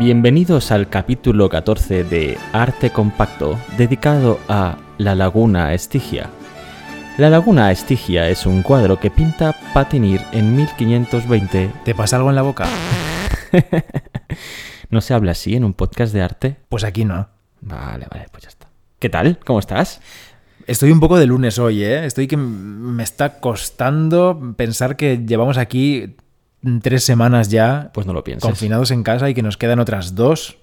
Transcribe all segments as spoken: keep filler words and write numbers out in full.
Bienvenidos al capítulo catorce de Arte Compacto, dedicado a La Laguna Estigia. La Laguna Estigia es un cuadro que pinta Patinir en mil quinientos veinte. ¿Te pasa algo en la boca? ¿No se habla así en un podcast de arte? Pues aquí no. Vale, vale, pues ya está. ¿Qué tal? ¿Cómo estás? Estoy un poco de lunes hoy, ¿eh? Estoy que me está costando pensar que llevamos aquí tres semanas ya, pues no lo pienses, confinados en casa y que nos quedan otras dos.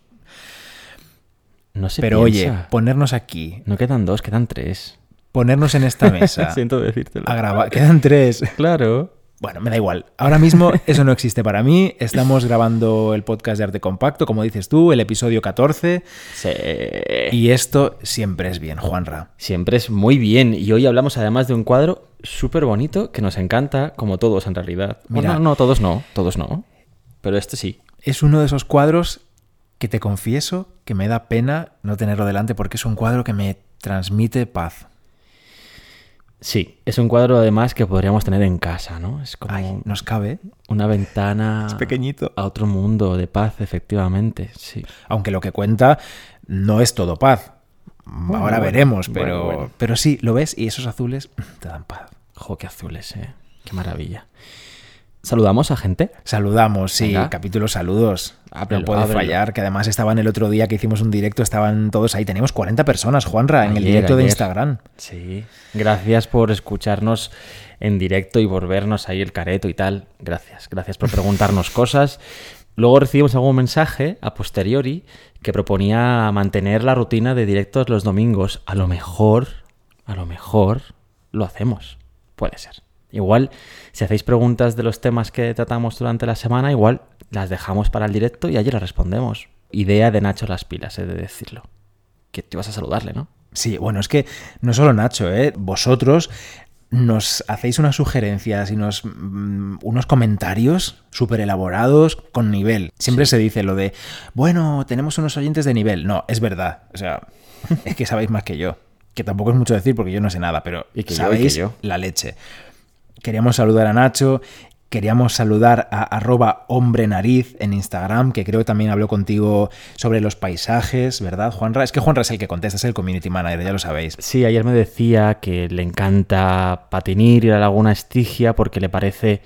No se Pero piensa. oye, ponernos aquí. No quedan dos, quedan tres. Ponernos en esta mesa. Siento decírtelo. A grabar. Quedan tres. Claro. Bueno, me da igual. Ahora mismo eso no existe para mí. Estamos grabando el podcast de Arte Compacto, como dices tú, el episodio catorce. Sí. Y esto siempre es bien, Juanra. Siempre es muy bien. Y hoy hablamos además de un cuadro súper bonito que nos encanta, como todos en realidad. Mira, bueno, no, todos no, todos no. Pero este sí. Es uno de esos cuadros que te confieso que me da pena no tenerlo delante porque es un cuadro que me transmite paz. Sí, es un cuadro además que podríamos tener en casa, ¿no? Es como Ay, nos cabe. Una ventana es pequeñito. A otro mundo de paz, efectivamente, sí. Aunque lo que cuenta no es todo paz. Bueno, Ahora bueno, veremos, pero, bueno, bueno. pero sí, lo ves y esos azules te dan paz. Jo, qué azules, eh. Qué maravilla. ¿Saludamos a gente? Saludamos, sí. Venga. Capítulo saludos. Ábrelo, no puede ábrelo. fallar, que además estaban el otro día que hicimos un directo, estaban todos ahí. Teníamos cuarenta personas, Juanra, en ayer, el directo ayer. de Instagram. Sí. Gracias por escucharnos en directo y por vernos ahí el careto y tal. Gracias. Gracias por preguntarnos cosas. Luego recibimos algún mensaje a posteriori que proponía mantener la rutina de directos los domingos. A lo mejor, a lo mejor lo hacemos. Puede ser. Igual, si hacéis preguntas de los temas que tratamos durante la semana, igual las dejamos para el directo y allí las respondemos. Idea de Nacho Las Pilas, he de decirlo. Que te ibas a saludarle, ¿no? Sí, bueno, es que no solo Nacho, ¿eh? Vosotros nos hacéis unas sugerencias y unos, mmm, unos comentarios súper elaborados con nivel. Siempre sí. Se dice lo de, bueno, tenemos unos oyentes de nivel. No, es verdad. O sea, es que sabéis más que yo. Que tampoco es mucho decir porque yo no sé nada, pero y que sabéis yo, y que yo. La leche. Queríamos saludar a Nacho, queríamos saludar a arroba hombre nariz en Instagram, que creo que también habló contigo sobre los paisajes, ¿verdad, Juanra? Es que Juanra es el que contesta, es el community manager, ya lo sabéis. Sí, ayer me decía que le encanta Patinir y la Laguna Estigia porque le parece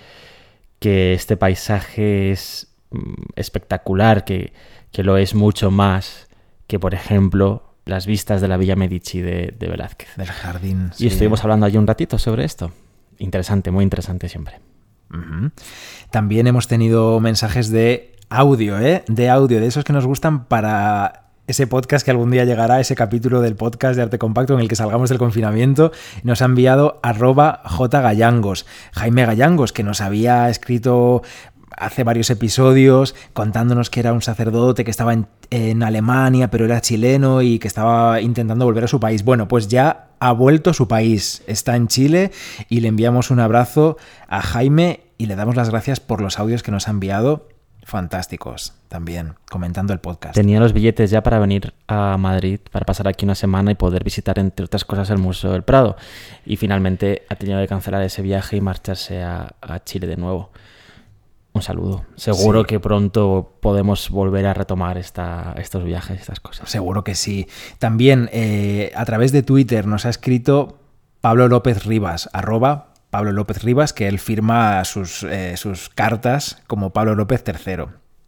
que este paisaje es espectacular, que, que lo es mucho más que, por ejemplo, las vistas de la Villa Medici de, de Velázquez. Del jardín, Y sí. estuvimos hablando allí un ratito sobre esto. Interesante, muy interesante siempre. Uh-huh. También hemos tenido mensajes de audio, ¿eh? De audio, de esos que nos gustan para ese podcast que algún día llegará, ese capítulo del podcast de Arte Compacto en el que salgamos del confinamiento. Nos ha enviado arroba jgallangos, Jaime Gallangos, que nos había escrito hace varios episodios contándonos que era un sacerdote que estaba en, en Alemania, pero era chileno y que estaba intentando volver a su país. Bueno, pues ya ha vuelto a su país, está en Chile y le enviamos un abrazo a Jaime y le damos las gracias por los audios que nos ha enviado. Fantásticos también, comentando el podcast. Tenía los billetes ya para venir a Madrid, para pasar aquí una semana y poder visitar, entre otras cosas, el Museo del Prado. Y finalmente ha tenido que cancelar ese viaje y marcharse a, a Chile de nuevo. Un saludo. Seguro sí. que pronto podemos volver a retomar esta, estos viajes, estas cosas. Seguro que sí. También eh, a través de Twitter nos ha escrito Pablo López Rivas, arroba Pablo López Rivas, que él firma sus, eh, sus cartas como Pablo López tercero.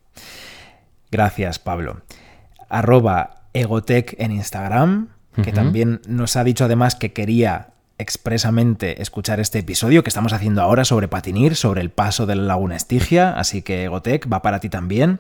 Gracias, Pablo. Arroba Egotech en Instagram, que uh-huh. también nos ha dicho además que quería expresamente escuchar este episodio que estamos haciendo ahora sobre Patinir, sobre el paso de la Laguna Estigia, así que Egotech va para ti también.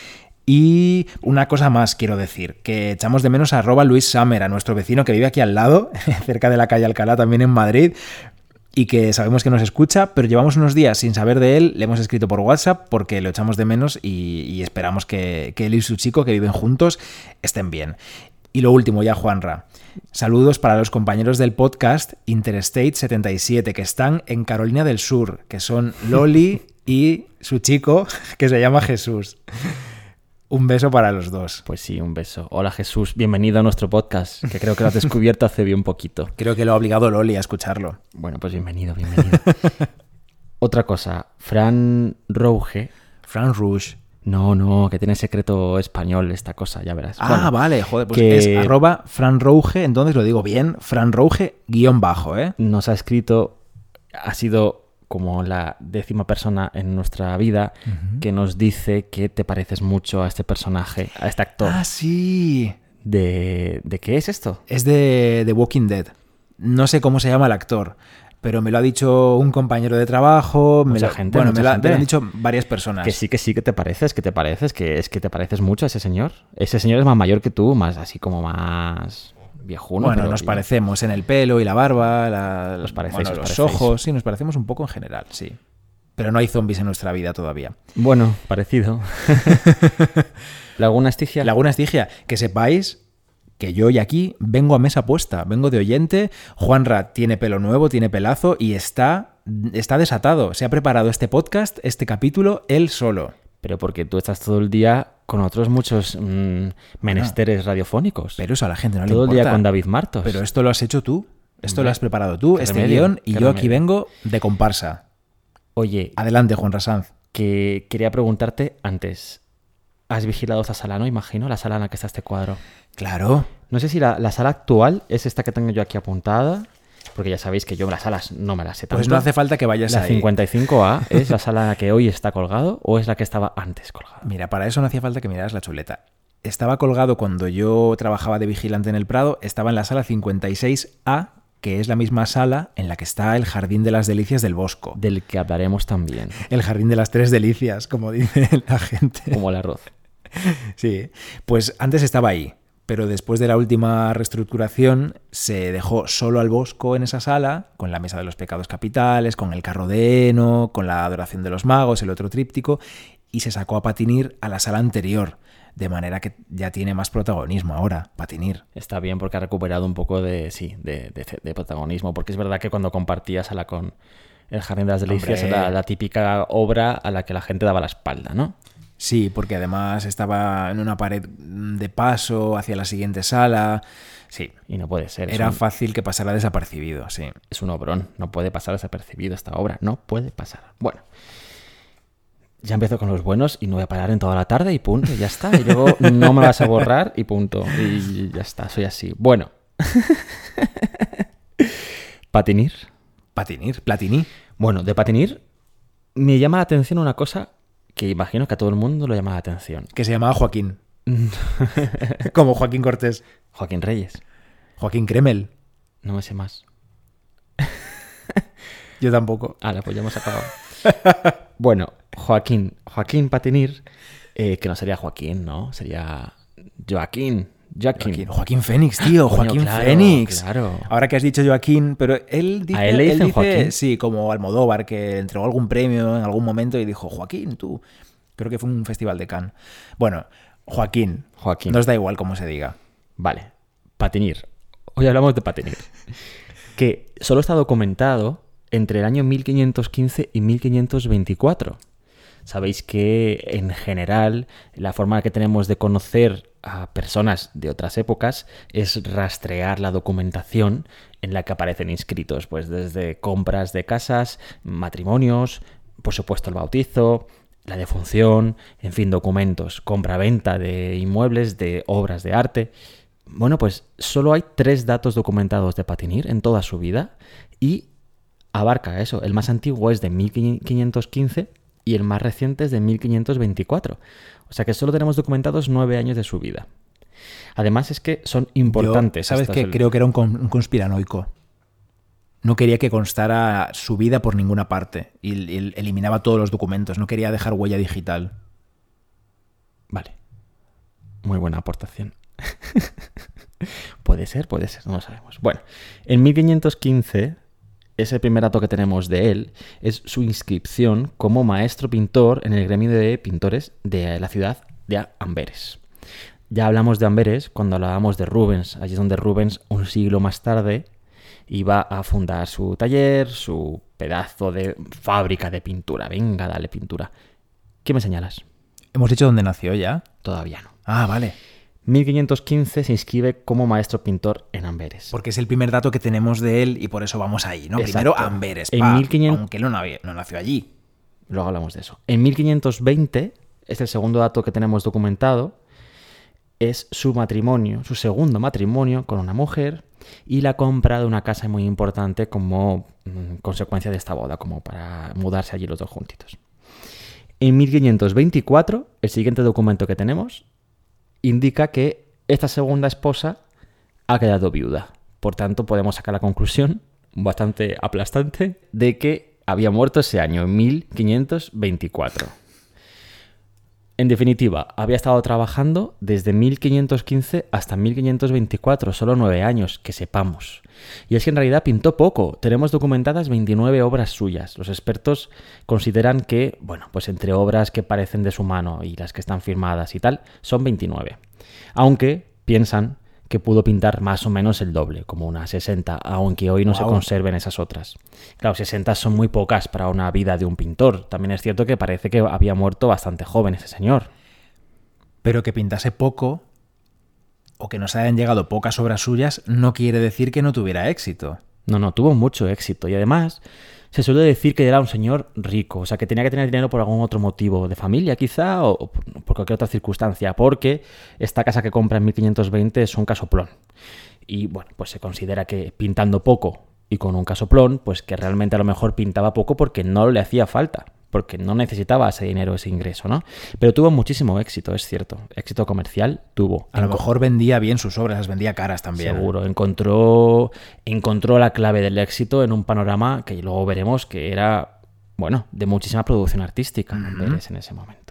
Y una cosa más quiero decir, que echamos de menos a arroba Luis Summer, a nuestro vecino que vive aquí al lado, cerca de la calle Alcalá, también en Madrid, y que sabemos que nos escucha, pero llevamos unos días sin saber de él, le hemos escrito por WhatsApp porque lo echamos de menos y, y esperamos que, que él y su chico que viven juntos estén bien. Y lo último ya, Juanra. Saludos para los compañeros del podcast Interstate setenta y siete que están en Carolina del Sur, que son Loli y su chico, que se llama Jesús. Un beso para los dos. Pues sí, un beso. Hola Jesús, bienvenido a nuestro podcast, que creo que lo has descubierto hace bien poquito. Creo que lo ha obligado Loli a escucharlo. Bueno, pues bienvenido, bienvenido. Otra cosa, Fran Rouge. Fran Rouge. No, no, que tiene secreto español esta cosa, ya verás. Ah, Bueno, vale, joder, pues que- es arroba franrouge, entonces lo digo bien, franrouge guión bajo, ¿eh? nos ha escrito, ha sido como la décima persona en nuestra vida Ujú. que nos dice que te pareces mucho a este personaje, a este actor. Ah, sí. ¿De, ¿de qué es esto? Es de The Walking Dead. No sé cómo se llama el actor, pero me lo ha dicho un compañero de trabajo. Me Mucha lo, gente, bueno, mucha me lo, ha- gente. me lo han dicho varias personas. Que sí, que sí, que te pareces, que te pareces, que es que te pareces mucho a ese señor. Ese señor es más mayor que tú, más así como más viejuno. Bueno, pero nos bien. parecemos en el pelo y la barba, la- Os parecéis, bueno, os los parecéis. ojos, sí, nos parecemos un poco en general, sí. Pero no hay zombies en nuestra vida todavía. Bueno, parecido. ¿Laguna Estigia? Laguna Estigia, que sepáis que yo y aquí vengo a mesa puesta, vengo de oyente. Juanra tiene pelo nuevo, tiene pelazo y está, está desatado. Se ha preparado este podcast, este capítulo, él solo. Pero porque tú estás todo el día con otros muchos mm, menesteres radiofónicos. Pero eso a la gente no le todo el importa. día con David Martos. Pero esto lo has hecho tú. Esto Hombre, lo has preparado tú, qué este remedio, guión, y qué yo aquí remedio. vengo de comparsa. Oye, Adelante, Juanra Sanz. que quería preguntarte antes. ¿Has vigilado esta sala, no? Imagino, la sala en la que está este cuadro. Claro. No sé si la, la sala actual es esta que tengo yo aquí apuntada, porque ya sabéis que yo las salas no me las sé tanto. Pues no hace falta que vayas ¿La ahí. cincuenta y cinco A es la sala en la que hoy está colgado o es la que estaba antes colgada? Mira, para eso no hacía falta que miraras la chuleta. Estaba colgado cuando yo trabajaba de vigilante en el Prado, estaba en la sala cincuenta y seis A, que es la misma sala en la que está el Jardín de las Delicias del Bosco. Del que hablaremos también, El Jardín de las Tres Delicias, como dice la gente. como el arroz. Sí, pues antes estaba ahí, pero después de la última reestructuración se dejó solo al Bosco en esa sala, con la Mesa de los Pecados Capitales, con el Carro de Heno, con la Adoración de los Magos, el otro tríptico, y se sacó a Patinir a la sala anterior, de manera que ya tiene más protagonismo ahora, Patinir. Está bien porque ha recuperado un poco de, sí, de, de- de protagonismo, porque es verdad que cuando compartía sala con el Jardín de las Delicias Hombre. era la típica obra a la que la gente daba la espalda, ¿no? Sí, porque además estaba en una pared de paso hacia la siguiente sala. Sí, Y no puede ser. Es era un, fácil que pasara desapercibido, sí. es un obrón. No puede pasar desapercibido esta obra. No puede pasar. Bueno. Ya empiezo con los buenos y no voy a parar en toda la tarde y punto. Y ya está. Y luego no me vas a borrar y punto. Y ya está. Soy así. Bueno. Patinir. Patinir, Platini. Bueno, de patinir me llama la atención una cosa que imagino que a todo el mundo lo llama la atención. Que se llamaba Joaquín. Como Joaquín Cortés. Joaquín Reyes. Joaquín Kremel. No me sé más. Yo tampoco. Ah, pues ya hemos acabado. Bueno, Joaquín. Joaquín Patinir, eh, que no sería Joaquín, ¿no? Sería Joaquín. Joaquín. Joaquín, Joaquín Fénix, tío. Coño, Joaquín claro, Fénix. claro. Ahora que has dicho Joaquín, pero él dice... ¿A él le dicen dice- Joaquín? Sí, como Almodóvar, que entregó algún premio en algún momento y dijo, Joaquín, tú. Creo que fue un festival de Cannes. Bueno, Joaquín. Joaquín. Nos da igual cómo se diga. Vale. Patinir. Hoy hablamos de patinir. Que solo está documentado entre el año mil quinientos quince y mil quinientos veinticuatro. Sabéis que en general la forma que tenemos de conocer a personas de otras épocas es rastrear la documentación en la que aparecen inscritos, pues desde compras de casas, matrimonios, por supuesto el bautizo, la defunción, en fin, documentos, compra-venta de inmuebles, de obras de arte. Bueno, pues solo hay tres datos documentados de Patinir en toda su vida y abarca eso. El más antiguo es de mil quinientos quince y el más reciente es de mil quinientos veinticuatro. O sea que solo tenemos documentados nueve años de su vida. Además es que son importantes. Yo, ¿sabes estas qué? el- Creo que era un, con- un conspiranoico. No quería que constara su vida por ninguna parte. Y, y eliminaba todos los documentos. No quería dejar huella digital. Vale. Muy buena aportación. Puede ser, puede ser, no lo sabemos. Bueno, en mil quinientos quince, ese primer dato que tenemos de él es su inscripción como maestro pintor en el gremio de pintores de la ciudad de Amberes. Ya hablamos de Amberes cuando hablábamos de Rubens. Allí es donde Rubens, un siglo más tarde, iba a fundar su taller, su pedazo de fábrica de pintura. Venga, dale pintura. ¿Qué me señalas? Hemos dicho dónde nació ya. Todavía no. Ah, vale. mil quinientos quince se inscribe como maestro pintor en Amberes. Porque es el primer dato que tenemos de él y por eso vamos ahí, ¿no? Exacto. Primero Amberes, En pa, mil quinientos aunque él no, nació- no nació allí. Luego hablamos de eso. En mil quinientos veinte es el segundo dato que tenemos documentado, es su matrimonio, su segundo matrimonio con una mujer y la compra de una casa muy importante como mmm, consecuencia de esta boda, como para mudarse allí los dos juntitos. En mil quinientos veinticuatro, el siguiente documento que tenemos indica que esta segunda esposa ha quedado viuda. Por tanto, podemos sacar la conclusión, bastante aplastante, de que había muerto ese año, en mil quinientos veinticuatro. En definitiva, había estado trabajando desde mil quinientos quince hasta mil quinientos veinticuatro, solo nueve años, que sepamos. Y es que en realidad pintó poco. Tenemos documentadas veintinueve obras suyas. Los expertos consideran que, bueno, pues entre obras que parecen de su mano y las que están firmadas y tal, son veintinueve. Aunque piensan que pudo pintar más o menos el doble, como unas sesenta, aunque hoy no wow. se conserven esas otras. Claro, sesenta son muy pocas para una vida de un pintor. También es cierto que parece que había muerto bastante joven ese señor. Pero que pintase poco o que nos hayan llegado pocas obras suyas no quiere decir que no tuviera éxito. No, no, tuvo mucho éxito y además se suele decir que era un señor rico, o sea, que tenía que tener dinero por algún otro motivo, de familia quizá o por cualquier otra circunstancia, porque esta casa que compra en mil quinientos veinte es un casoplón. Y bueno, pues se considera que pintando poco y con un casoplón, pues que realmente a lo mejor pintaba poco porque no le hacía falta, porque no necesitaba ese dinero, ese ingreso, ¿no? Pero tuvo muchísimo éxito, es cierto. Éxito comercial tuvo. A lo mejor vendía bien sus obras, las vendía caras también. Seguro. Encontró, encontró la clave del éxito en un panorama que luego veremos que era, bueno, de muchísima producción artística en Amberes en ese momento.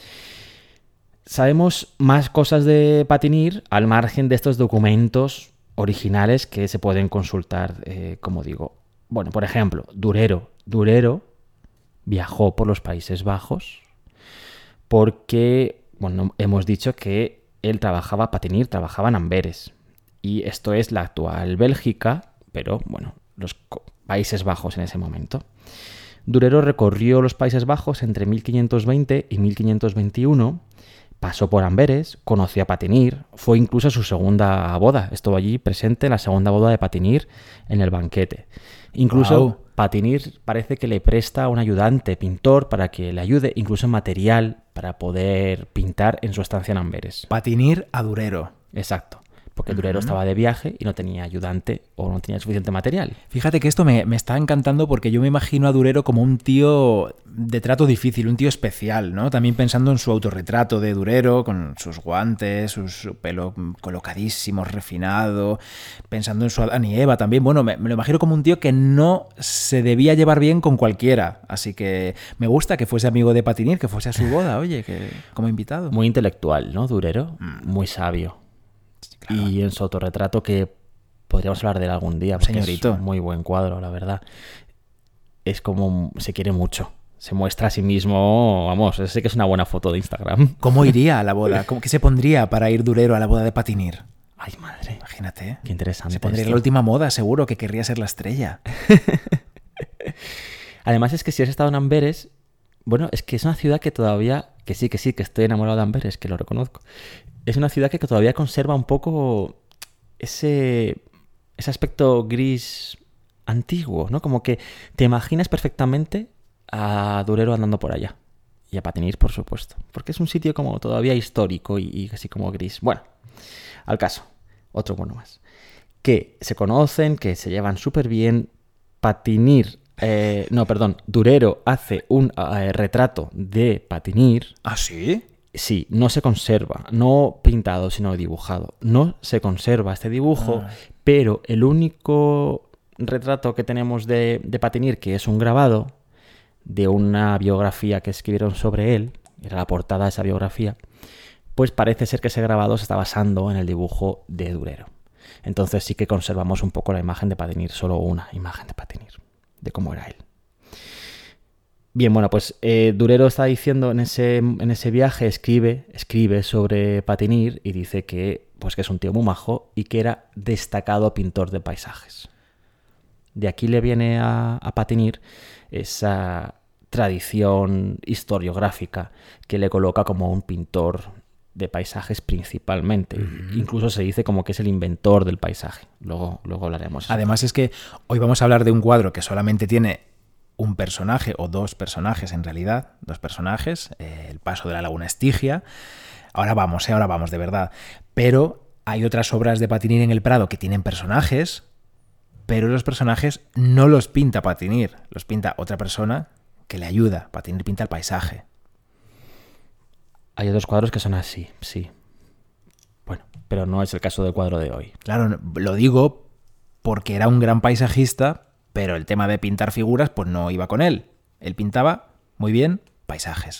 Sabemos más cosas de Patinir al margen de estos documentos originales que se pueden consultar, eh, como digo. Bueno, por ejemplo, Durero. Durero viajó por los Países Bajos porque, bueno, hemos dicho que él trabajaba, Patinir trabajaba en Amberes. Y esto es la actual Bélgica, pero, bueno, los Países Bajos en ese momento. Durero recorrió los Países Bajos entre mil quinientos veinte y mil quinientos veintiuno, pasó por Amberes, conoció a Patinir, fue incluso a su segunda boda, estuvo allí presente en la segunda boda de Patinir en el banquete. Incluso wow. Patinir parece que le presta a un ayudante pintor para que le ayude, incluso en material, para poder pintar en su estancia en Amberes. Patinir a Durero. Exacto. Porque Durero uh-huh. estaba de viaje y no tenía ayudante o no tenía suficiente material. Fíjate que esto me, me está encantando porque yo me imagino a Durero como un tío de trato difícil, un tío especial, ¿no? También pensando en su autorretrato de Durero, con sus guantes, su, su pelo colocadísimo, refinado, pensando en su Adán y Eva también. Bueno, me, me lo imagino como un tío que no se debía llevar bien con cualquiera. Así que me gusta que fuese amigo de Patinir, que fuese a su boda, oye, que como invitado. Muy intelectual, ¿no, Durero? Mm. Muy sabio. Claro. Y en su autorretrato, que podríamos hablar de él algún día, porque señorito. Es un muy buen cuadro, la verdad. Es como se quiere mucho. Se muestra a sí mismo, vamos, sé que es una buena foto de Instagram. ¿Cómo iría a la boda? ¿Cómo, ¿Qué se pondría para ir Durero a la boda de Patinir? Ay, madre. Imagínate. Qué interesante. Se pondría esto. la última moda, seguro, que querría ser la estrella. Además es que si has estado en Amberes, bueno, es que es una ciudad que todavía, que sí, que sí, que estoy enamorado de Amberes, que lo reconozco. Es una ciudad que todavía conserva un poco ese, ese aspecto gris antiguo, ¿no? Como que te imaginas perfectamente a Durero andando por allá. Y a Patinir, por supuesto. Porque es un sitio como todavía histórico y, y así como gris. Bueno, al caso. Otro bueno más. Que se conocen, que se llevan súper bien. Patinir... Eh, no, perdón. Durero hace un eh, retrato de Patinir. ¿Ah, sí? Sí, no se conserva, no pintado, sino dibujado. No se conserva este dibujo, ah. pero el único retrato que tenemos de, de Patinir, que es un grabado de una biografía que escribieron sobre él, era la portada de esa biografía, pues parece ser que ese grabado se está basando en el dibujo de Durero. Entonces sí que conservamos un poco la imagen de Patinir, solo una imagen de Patinir, de cómo era él. Bien, bueno, pues eh, Durero está diciendo en ese, en ese viaje, escribe, escribe sobre Patinir y dice que, pues, que es un tío muy majo y que era destacado pintor de paisajes. De aquí le viene a, a Patinir esa tradición historiográfica que le coloca como un pintor de paisajes principalmente. Uh-huh. Incluso se dice como que es el inventor del paisaje. Luego, luego hablaremos. Además es que hoy vamos a hablar de un cuadro que solamente tiene un personaje, o dos personajes en realidad, dos personajes, eh, el paso de la laguna Estigia. Ahora vamos, eh, ahora vamos, de verdad. Pero hay otras obras de Patinir en el Prado que tienen personajes, pero los personajes no los pinta Patinir, los pinta otra persona que le ayuda. Patinir pinta el paisaje. Hay otros cuadros que son así, sí. Bueno, pero no es el caso del cuadro de hoy. Claro, lo digo porque era un gran paisajista, pero el tema de pintar figuras pues no iba con él. Él pintaba muy bien paisajes.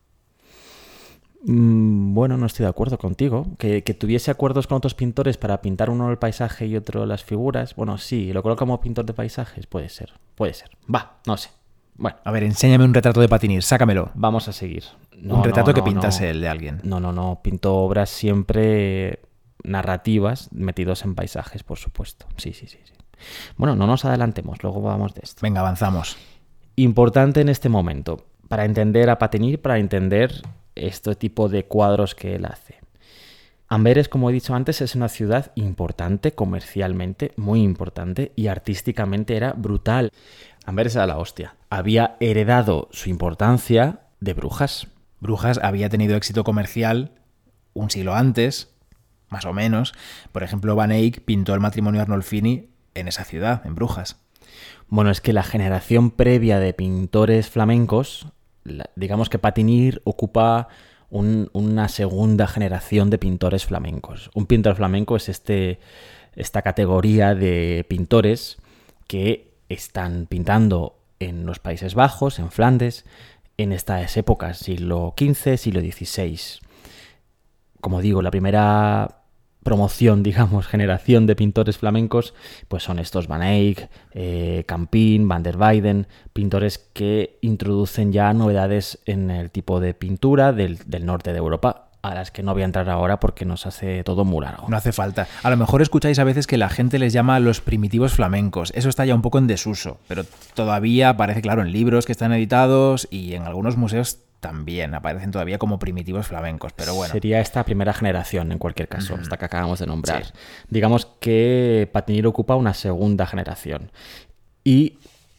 Mm, bueno, no estoy de acuerdo contigo. Que, que tuviese acuerdos con otros pintores para pintar uno el paisaje y otro las figuras. Bueno, sí, lo coloco como pintor de paisajes. Puede ser, puede ser. Va, no sé. Bueno. A ver, enséñame un retrato de Patinir, sácamelo. Vamos a seguir. No, un retrato no, que no, pintase no. el de alguien. No, no, no. Pinto obras siempre narrativas metidos en paisajes, por supuesto. Sí, sí, sí, sí. Bueno, no nos adelantemos, luego vamos de esto. Venga, avanzamos. Importante en este momento, para entender a Patinir, para entender este tipo de cuadros que él hace. Amberes, como he dicho antes, es una ciudad importante, comercialmente, muy importante, y artísticamente era brutal. Amberes era la hostia. Había heredado su importancia de Brujas. Brujas había tenido éxito comercial un siglo antes, más o menos. Por ejemplo, Van Eyck pintó el matrimonio Arnolfini en esa ciudad, en Brujas. Bueno, es que la generación previa de pintores flamencos, la, digamos que Patinir ocupa un, una segunda generación de pintores flamencos. Un pintor flamenco es este, esta categoría de pintores que están pintando en los Países Bajos, en Flandes, en estas épocas, siglo quince, siglo dieciséis. Como digo, la primera promoción, digamos, generación de pintores flamencos, pues son estos Van Eyck, eh, Campin, Van der Weyden, pintores que introducen ya novedades en el tipo de pintura del, del norte de Europa, a las que no voy a entrar ahora porque nos hace todo muy largo. No hace falta. A lo mejor escucháis a veces que la gente les llama a los primitivos flamencos. Eso está ya un poco en desuso, pero todavía aparece, claro, en libros que están editados y en algunos museos también aparecen todavía como primitivos flamencos, pero bueno. Sería esta primera generación, en cualquier caso, mm. esta que acabamos de nombrar. Sí. Digamos que Patinir ocupa una segunda generación. Y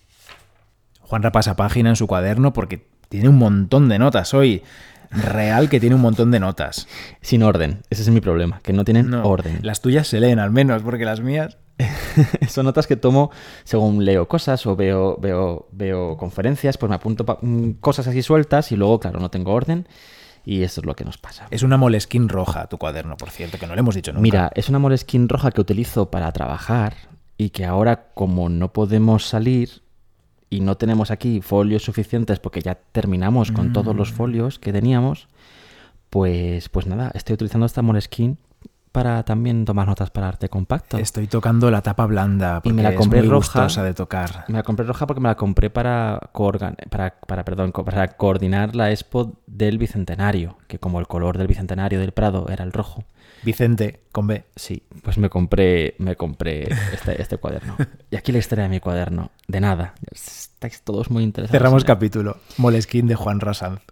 Juanra pasa página en su cuaderno porque tiene un montón de notas hoy. Real que tiene un montón de notas. Sin orden, ese es mi problema, que no tienen no, orden. Las tuyas se leen al menos, porque las mías... Son notas que tomo según leo cosas o veo, veo, veo conferencias, pues me apunto pa- cosas así sueltas y luego, claro, no tengo orden y eso es lo que nos pasa. Es una Moleskine roja tu cuaderno, por cierto, que no le hemos dicho nunca. Mira, es una Moleskine roja que utilizo para trabajar y que ahora, como no podemos salir y no tenemos aquí folios suficientes porque ya terminamos con mm. todos los folios que teníamos, pues, pues nada, estoy utilizando esta Moleskine para también tomar notas para arte compacto. Estoy tocando la tapa blanda porque y me la compré es muy roja, gustosa de tocar. Me la compré roja porque me la compré para, coorgan, para, para, perdón, para coordinar la expo del Bicentenario, que como el color del Bicentenario del Prado era el rojo. Vicente, con B. Sí, pues me compré, me compré este, este cuaderno. Y aquí la historia de mi cuaderno. De nada. Estáis todos muy interesados. Cerramos capítulo. Moleskine de Juan Rasanz.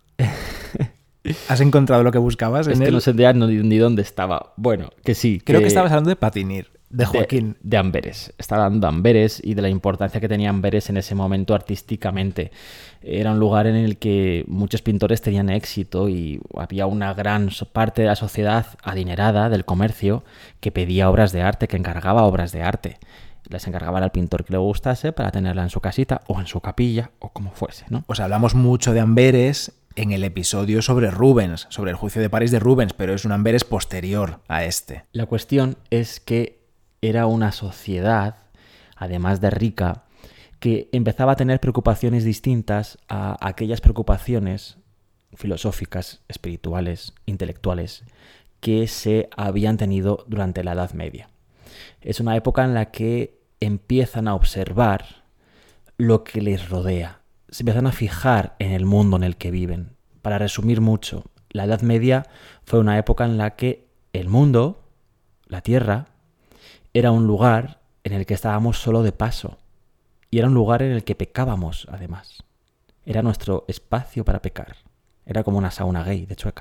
¿Has encontrado lo que buscabas en Es que él? no sé ya ni, ni dónde estaba. Bueno, que sí. Creo que, que estabas hablando de Patinir, de Joaquín. De, de Amberes. Estaba hablando de Amberes y de la importancia que tenía Amberes en ese momento artísticamente. Era un lugar en el que muchos pintores tenían éxito y había una gran parte de la sociedad adinerada, del comercio, que pedía obras de arte, que encargaba obras de arte. Les encargaba al pintor que le gustase para tenerla en su casita o en su capilla o como fuese, ¿no? Pues hablamos mucho de Amberes en el episodio sobre Rubens, sobre el juicio de París de Rubens, pero es un Amberes posterior a este. La cuestión es que era una sociedad, además de rica, que empezaba a tener preocupaciones distintas a aquellas preocupaciones filosóficas, espirituales, intelectuales, que se habían tenido durante la Edad Media. Es una época en la que empiezan a observar lo que les rodea. Se empiezan a fijar en el mundo en el que viven. Para resumir mucho, la Edad Media fue una época en la que el mundo, la Tierra, era un lugar en el que estábamos solo de paso. Y era un lugar en el que pecábamos, además. Era nuestro espacio para pecar. Era como una sauna gay de Chueca.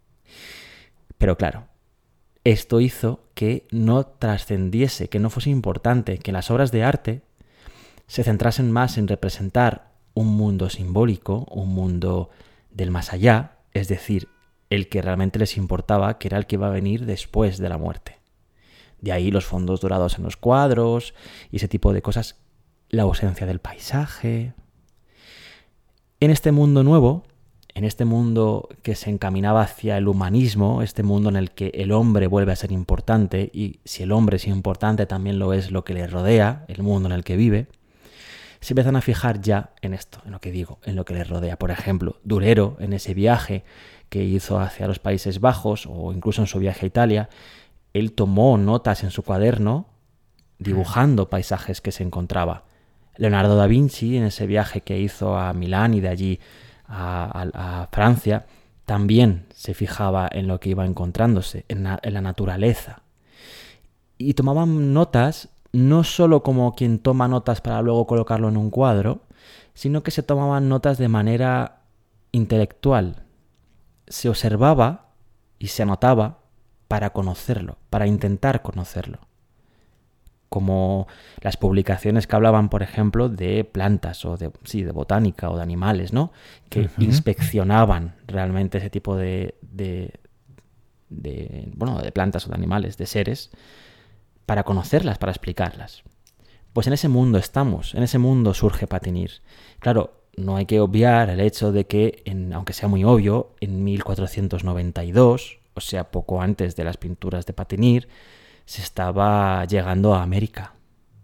Pero claro, esto hizo que no trascendiese, que no fuese importante, que las obras de arte se centrasen más en representar un mundo simbólico, un mundo del más allá, es decir, el que realmente les importaba, que era el que iba a venir después de la muerte. De ahí los fondos dorados en los cuadros y ese tipo de cosas, la ausencia del paisaje. En este mundo nuevo, en este mundo que se encaminaba hacia el humanismo, este mundo en el que el hombre vuelve a ser importante, y si el hombre es importante también lo es lo que le rodea, el mundo en el que vive, se empiezan a fijar ya en esto, en lo que digo, en lo que le rodea. Por ejemplo, Durero, en ese viaje que hizo hacia los Países Bajos o incluso en su viaje a Italia, él tomó notas en su cuaderno dibujando paisajes que se encontraba. Leonardo da Vinci, en ese viaje que hizo a Milán y de allí a, a, a Francia, también se fijaba en lo que iba encontrándose, en la, en la naturaleza. Y tomaban notas no solo como quien toma notas para luego colocarlo en un cuadro, sino que se tomaban notas de manera intelectual. Se observaba y se anotaba para conocerlo, para intentar conocerlo. Como las publicaciones que hablaban, por ejemplo, de plantas o de, sí, de botánica o de animales, ¿no? Que uh-huh. inspeccionaban realmente ese tipo de, de, de, bueno, de plantas o de animales, de seres, para conocerlas, para explicarlas. Pues en ese mundo estamos, en ese mundo surge Patinir. Claro, no hay que obviar el hecho de que, en, aunque sea muy obvio, en mil cuatrocientos noventa y dos, o sea, poco antes de las pinturas de Patinir, se estaba llegando a América.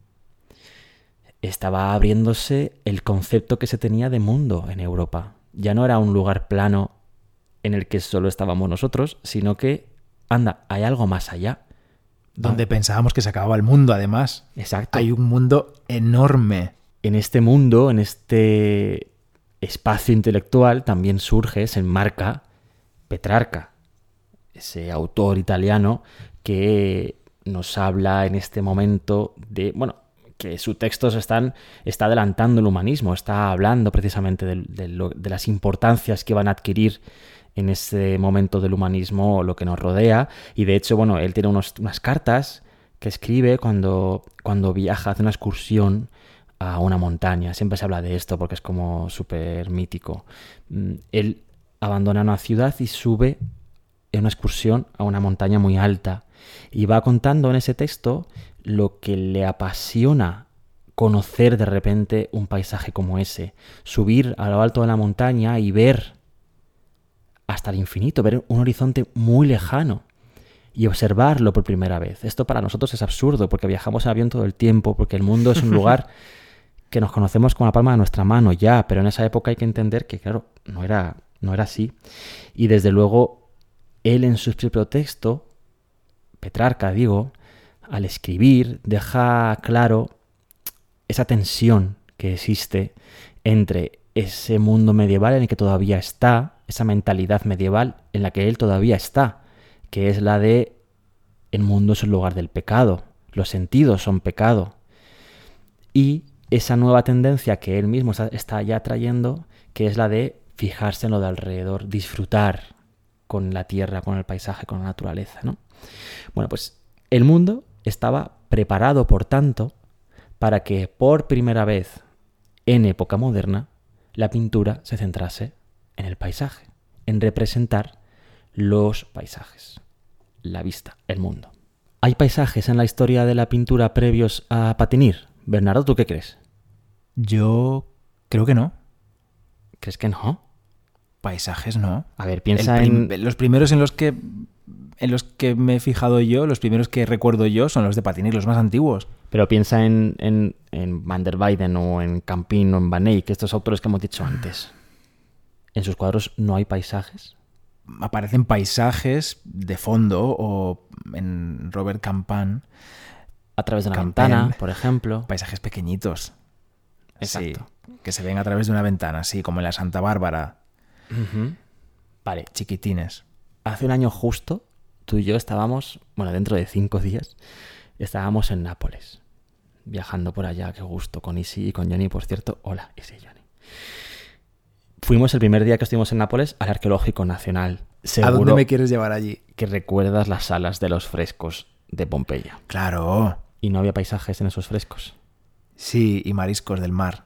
Estaba abriéndose el concepto que se tenía de mundo en Europa. Ya no era un lugar plano en el que solo estábamos nosotros, sino que, anda, hay algo más allá. Donde ¿no? pensábamos que se acababa el mundo, además. Exacto. Hay un mundo enorme. En este mundo, en este espacio intelectual, también surge, se enmarca Petrarca, ese autor italiano que nos habla en este momento de, bueno, que sus textos están, está adelantando el humanismo, está hablando precisamente de, de, lo, de las importancias que van a adquirir en ese momento del humanismo lo que nos rodea. Y de hecho, bueno, él tiene unos, unas cartas que escribe cuando, cuando viaja, hace una excursión a una montaña. Siempre se habla de esto porque es como súper mítico. Él abandona una ciudad y sube en una excursión a una montaña muy alta. Y va contando en ese texto lo que le apasiona conocer de repente un paisaje como ese. Subir a lo alto de la montaña y ver hasta el infinito, ver un horizonte muy lejano y observarlo por primera vez. Esto para nosotros es absurdo porque viajamos en avión todo el tiempo, porque el mundo es un lugar que nos conocemos con la palma de nuestra mano ya, pero en esa época hay que entender que, claro, no era, no era así. Y desde luego, él en su propio texto, Petrarca, digo, al escribir, deja claro esa tensión que existe entre ese mundo medieval en el que todavía está, esa mentalidad medieval en la que él todavía está, que es la de el mundo es el lugar del pecado, los sentidos son pecado, y esa nueva tendencia que él mismo está ya trayendo, que es la de fijarse en lo de alrededor, disfrutar con la tierra, con el paisaje, con la naturaleza, ¿no? Bueno, pues el mundo estaba preparado, por tanto, para que por primera vez en época moderna la pintura se centrase en el paisaje, en representar los paisajes, la vista, el mundo. ¿Hay paisajes en la historia de la pintura previos a Patinir? Bernardo, ¿tú qué crees? Yo creo que no. ¿Crees que no? Paisajes no. A ver, piensa prim- en... Los primeros en los que en los que me he fijado yo, los primeros que recuerdo yo son los de Patinir, los más antiguos. Pero piensa en, en, en Van der Weyden o en Campin o en Van Eyck, estos autores que hemos dicho antes. ¿En sus cuadros no hay paisajes? Aparecen paisajes de fondo, o en Robert Campin, a través de una Campin, ventana, por ejemplo. Paisajes pequeñitos. Exacto. Sí, que se ven a través de una ventana, así como en la Santa Bárbara. Uh-huh. Vale. Chiquitines. Hace un año justo, tú y yo estábamos, bueno, dentro de cinco días, estábamos en Nápoles, viajando por allá, qué gusto, con Isi y con Johnny, por cierto. Hola, Isi y Johnny. Fuimos el primer día que estuvimos en Nápoles al Arqueológico Nacional. Seguro ¿A dónde me quieres llevar allí? Que recuerdas las salas de los frescos de Pompeya. Claro. ¿Y no había paisajes en esos frescos? Sí, y mariscos del mar.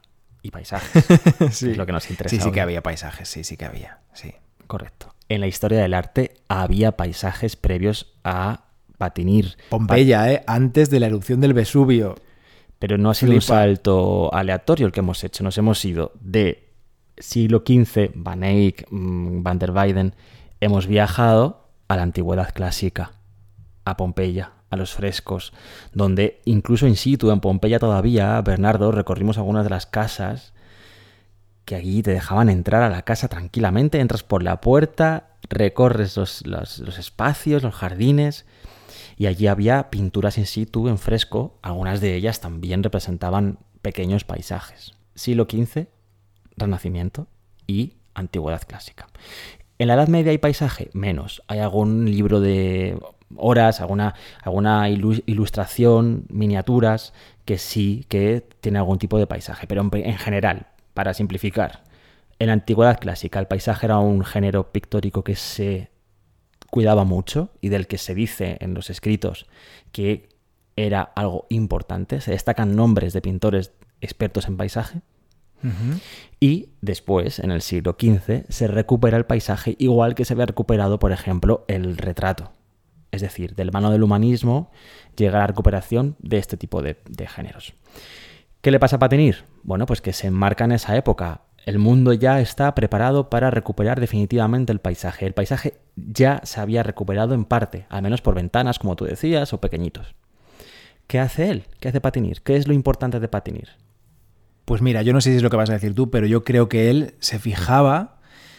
y paisajes. Sí. Es lo que nos interesa. Sí, sí hoy. que había paisajes, sí, sí que había, sí. Correcto. En la historia del arte había paisajes previos a Patinir. Pompeya, ¿eh? Antes de la erupción del Vesubio. Pero no ha sido un Flipa. salto aleatorio el que hemos hecho. Nos hemos ido de siglo quince, Van Eyck, mmm, Van der Weyden, hemos viajado a la antigüedad clásica, a Pompeya, a los frescos, donde incluso in situ, en Pompeya todavía, Bernardo, recorrimos algunas de las casas que allí te dejaban entrar a la casa tranquilamente, entras por la puerta, recorres los, los, los espacios, los jardines, y allí había pinturas in situ, en fresco, algunas de ellas también representaban pequeños paisajes. Siglo quince, Renacimiento y Antigüedad clásica. ¿En la Edad Media hay paisaje? Menos. Hay algún libro de horas, alguna, alguna ilustración, miniaturas, que sí que tiene algún tipo de paisaje. Pero en, en general, para simplificar, en la Antigüedad clásica el paisaje era un género pictórico que se cuidaba mucho y del que se dice en los escritos que era algo importante. Se destacan nombres de pintores expertos en paisaje. Uh-huh. Y después, en el siglo quince, se recupera el paisaje igual que se había recuperado, por ejemplo, el retrato. Es decir, del mano del humanismo llega la recuperación de este tipo de, de géneros. ¿Qué le pasa a Patinir? Bueno, pues que se enmarca en esa época. El mundo ya está preparado para recuperar definitivamente el paisaje. El paisaje ya se había recuperado en parte, al menos por ventanas, como tú decías, o pequeñitos. ¿Qué hace él? ¿Qué hace Patinir? ¿Qué es lo importante de Patinir? Pues mira, yo no sé si es lo que vas a decir tú, pero yo creo que él se fijaba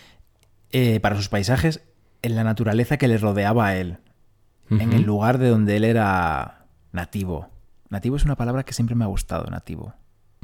eh, para sus paisajes en la naturaleza que le rodeaba a él, uh-huh. en el lugar de donde él era nativo. Nativo es una palabra que siempre me ha gustado, nativo.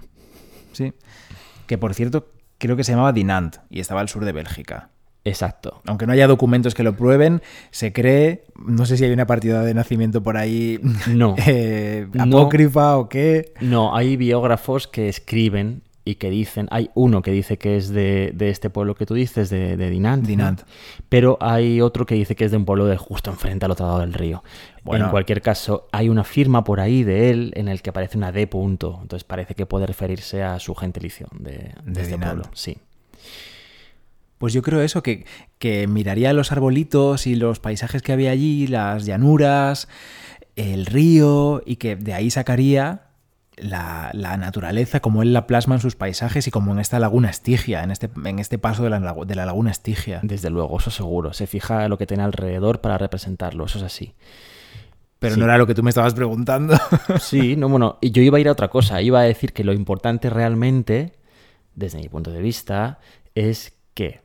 Sí. Que por cierto, creo que se llamaba Dinant y estaba al sur de Bélgica. Exacto. Aunque no haya documentos que lo prueben, se cree, no sé si hay una partida de nacimiento por ahí no. eh, apócrifa no. o qué. No, hay biógrafos que escriben y que dicen, hay uno que dice que es de, de este pueblo que tú dices, de, de Dinant, Dinant. ¿no? Pero hay otro que dice que es de un pueblo de justo enfrente al otro lado del río. Bueno. En cualquier caso, hay una firma por ahí de él en el que aparece una D punto, entonces parece que puede referirse a su gentilicio de, de, de este Dinant. pueblo. Sí. Pues yo creo eso, que, que miraría los arbolitos y los paisajes que había allí, las llanuras, el río, y que de ahí sacaría la, la naturaleza como él la plasma en sus paisajes y como en esta laguna Estigia, en este, en este paso de la, de la laguna Estigia. Desde luego, eso seguro. Se fija lo que tiene alrededor para representarlo, eso es así. Pero sí. no era lo que tú me estabas preguntando. Sí, no, bueno, y yo iba a ir a otra cosa. Iba a decir que lo importante realmente, desde mi punto de vista, es que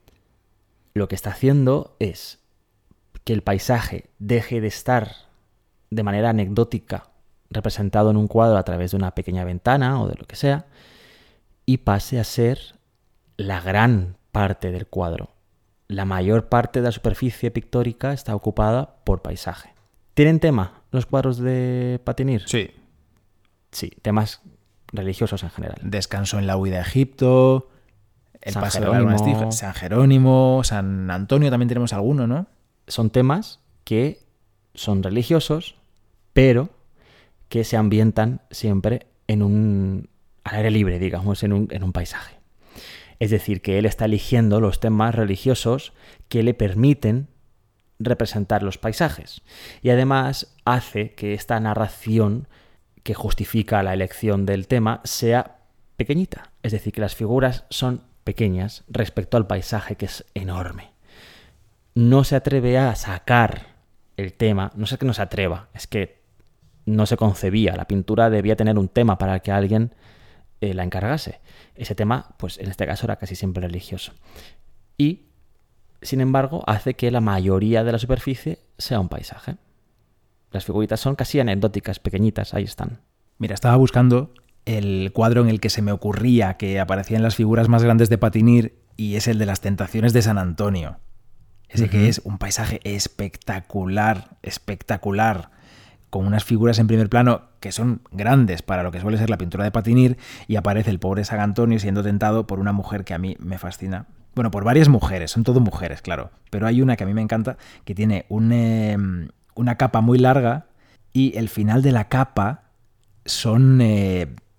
lo que está haciendo es que el paisaje deje de estar de manera anecdótica representado en un cuadro a través de una pequeña ventana o de lo que sea y pase a ser la gran parte del cuadro. La mayor parte de la superficie pictórica está ocupada por paisaje. ¿Tienen tema los cuadros de Patinir? Sí. Sí, temas religiosos en general. Descanso en la huida a Egipto, el San paso Jerónimo. de la Laguna San Jerónimo, San Antonio también tenemos alguno, ¿no? Son temas que son religiosos, pero que se ambientan siempre en un al aire libre, digamos, en un, en un paisaje. Es decir, que él está eligiendo los temas religiosos que le permiten representar los paisajes. Y además hace que esta narración que justifica la elección del tema sea pequeñita. Es decir, que las figuras son pequeñas respecto al paisaje, que es enorme. No se atreve a sacar el tema, no sé que no se atreva, es que no se concebía. La pintura debía tener un tema para que alguien eh, la encargase. Ese tema, pues en este caso era casi siempre religioso. Y, sin embargo, hace que la mayoría de la superficie sea un paisaje. Las figuritas son casi anecdóticas, pequeñitas, ahí están. Mira, estaba buscando el cuadro en el que se me ocurría que aparecían las figuras más grandes de Patinir y es el de las Tentaciones de San Antonio. Ese uh-huh. que es un paisaje espectacular, espectacular, con unas figuras en primer plano que son grandes para lo que suele ser la pintura de Patinir y aparece el pobre San Antonio siendo tentado por una mujer que a mí me fascina. Bueno, por varias mujeres, son todo mujeres, claro, pero hay una que a mí me encanta que tiene un, eh, una capa muy larga y el final de la capa son... Eh,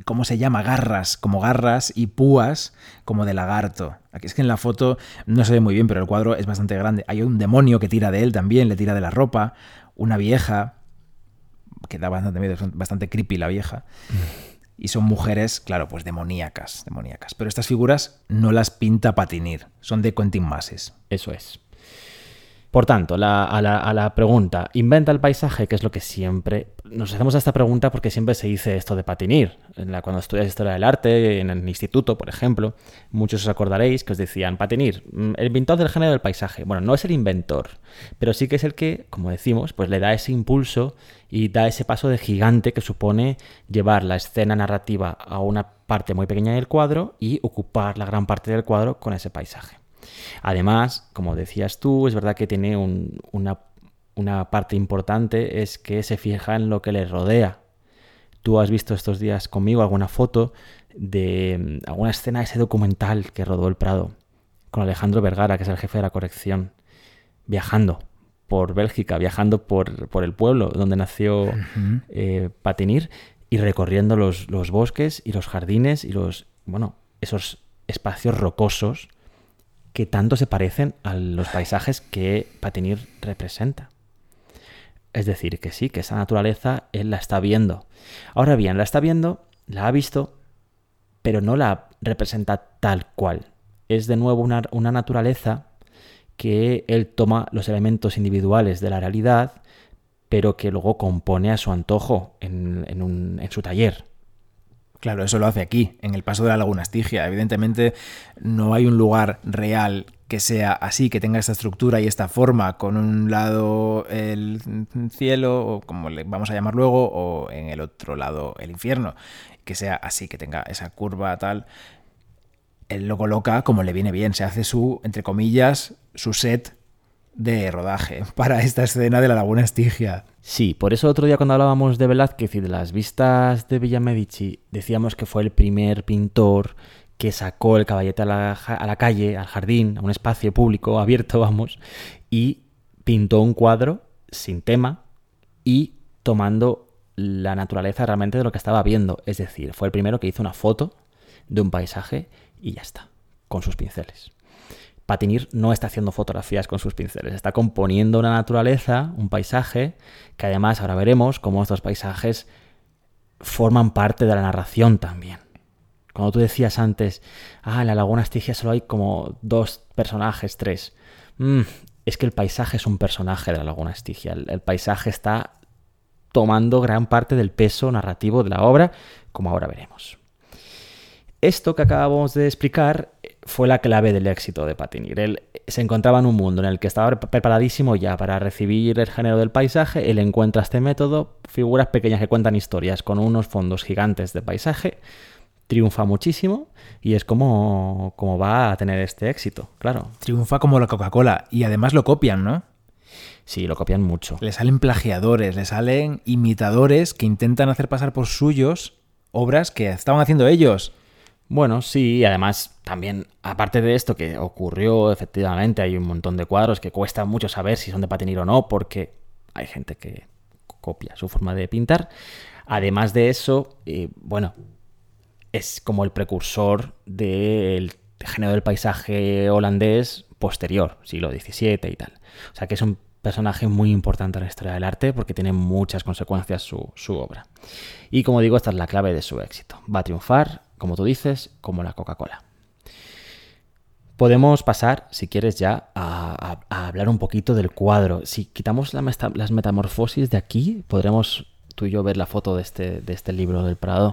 ¿cómo se llama? Garras, como garras y púas como de lagarto. Aquí es que en la foto no se ve muy bien, pero el cuadro es bastante grande. Hay un demonio que tira de él también, le tira de la ropa, una vieja, que da bastante miedo, es bastante creepy la vieja. Y son mujeres, claro, pues demoníacas, demoníacas. Pero estas figuras no las pinta Patinir, son de Quentin Mases. Eso es. Por tanto, la, a, la, a la pregunta, ¿inventa el paisaje? Que es lo que siempre... Nos hacemos esta pregunta porque siempre se dice esto de Patinir. En la, cuando estudias Historia del Arte, en el instituto, por ejemplo, muchos os acordaréis que os decían, Patinir, el inventor del género del paisaje. Bueno, no es el inventor, pero sí que es el que, como decimos, pues le da ese impulso y da ese paso de gigante que supone llevar la escena narrativa a una parte muy pequeña del cuadro y ocupar la gran parte del cuadro con ese paisaje. Además, como decías tú, es verdad que tiene un, una, una parte importante, es que se fija en lo que le rodea. Tú has visto estos días conmigo alguna foto de alguna escena de ese documental que rodó el Prado con Alejandro Vergara, que es el jefe de la corrección, viajando por Bélgica, viajando por, por el pueblo donde nació uh-huh. eh, Patinir y recorriendo los, los bosques y los jardines y los, bueno, esos espacios rocosos que tanto se parecen a los paisajes que Patinir representa. Es decir, que sí, que esa naturaleza él la está viendo. Ahora bien, la está viendo, la ha visto, pero no la representa tal cual. Es de nuevo una, una naturaleza que él toma los elementos individuales de la realidad, pero que luego compone a su antojo en, en, un, en su taller. Claro, eso lo hace aquí, en el Paso de la Laguna Estigia. Evidentemente no hay un lugar real que sea así, que tenga esta estructura y esta forma, con un lado el cielo, o como le vamos a llamar luego, o en el otro lado el infierno, que sea así, que tenga esa curva tal. Él lo coloca como le viene bien, se hace su, entre comillas, su set de rodaje para esta escena de la Laguna Estigia. Sí, por eso otro día cuando hablábamos de Velázquez y de las vistas de Villa Medici, decíamos que fue el primer pintor que sacó el caballete a la, a la calle, al jardín, a un espacio público abierto, vamos, y pintó un cuadro sin tema y tomando la naturaleza realmente de lo que estaba viendo. Es decir, fue el primero que hizo una foto de un paisaje y ya está, con sus pinceles. Patinir no está haciendo fotografías con sus pinceles, está componiendo una naturaleza, un paisaje, que además ahora veremos cómo estos paisajes forman parte de la narración también. Cuando tú decías antes, ah, en la Laguna Estigia solo hay como dos personajes, tres. Mm, es que el paisaje es un personaje de la Laguna Estigia. El, el paisaje está tomando gran parte del peso narrativo de la obra, como ahora veremos. Esto que acabamos de explicar fue la clave del éxito de Patinir. Él se encontraba en un mundo en el que estaba preparadísimo ya para recibir el género del paisaje. Él encuentra este método, figuras pequeñas que cuentan historias con unos fondos gigantes de paisaje, triunfa muchísimo y es como, como va a tener este éxito, claro. Triunfa como la Coca-Cola y además lo copian, ¿no? Sí, lo copian mucho. Le salen plagiadores, le salen imitadores que intentan hacer pasar por suyos obras que estaban haciendo ellos. Bueno, sí, y además también, aparte de esto que ocurrió, efectivamente, hay un montón de cuadros que cuesta mucho saber si son de Patinir o no, porque hay gente que copia su forma de pintar. Además de eso, eh, bueno, es como el precursor del género del paisaje holandés posterior, siglo diecisiete y tal. O sea que es un personaje muy importante en la historia del arte porque tiene muchas consecuencias su, su obra. Y como digo, esta es la clave de su éxito. Va a triunfar, como tú dices, como la Coca-Cola. Podemos pasar, si quieres, ya a, a, a hablar un poquito del cuadro. Si quitamos la meta, las metamorfosis de aquí, podremos tú y yo ver la foto de este, de este libro del Prado.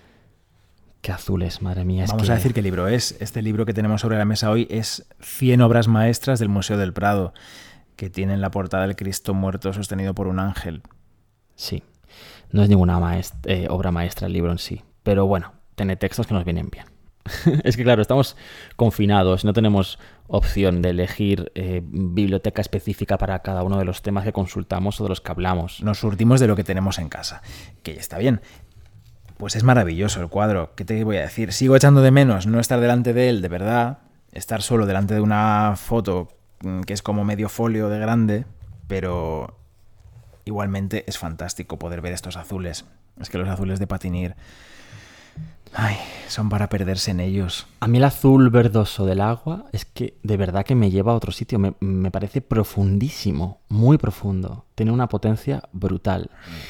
Qué azules, madre mía. Vamos es que... a decir qué libro es. Este libro que tenemos sobre la mesa hoy es cien obras maestras del Museo del Prado, que tiene en la portada el Cristo muerto sostenido por un ángel. Sí, no es ninguna maest- eh, obra maestra el libro en sí, pero bueno, tiene textos que nos vienen bien. Es que claro, estamos confinados, no tenemos opción de elegir eh, biblioteca específica para cada uno de los temas que consultamos o de los que hablamos. Nos surtimos de lo que tenemos en casa, que ya está bien. Pues es maravilloso el cuadro, ¿qué te voy a decir? Sigo echando de menos no estar delante de él de verdad, estar solo delante de una foto que es como medio folio de grande, pero igualmente es fantástico poder ver estos azules. Es que los azules de Patinir Ay, son para perderse en ellos. A mí el azul verdoso del agua es que de verdad que me lleva a otro sitio. Me, me parece profundísimo, muy profundo. Tiene una potencia brutal.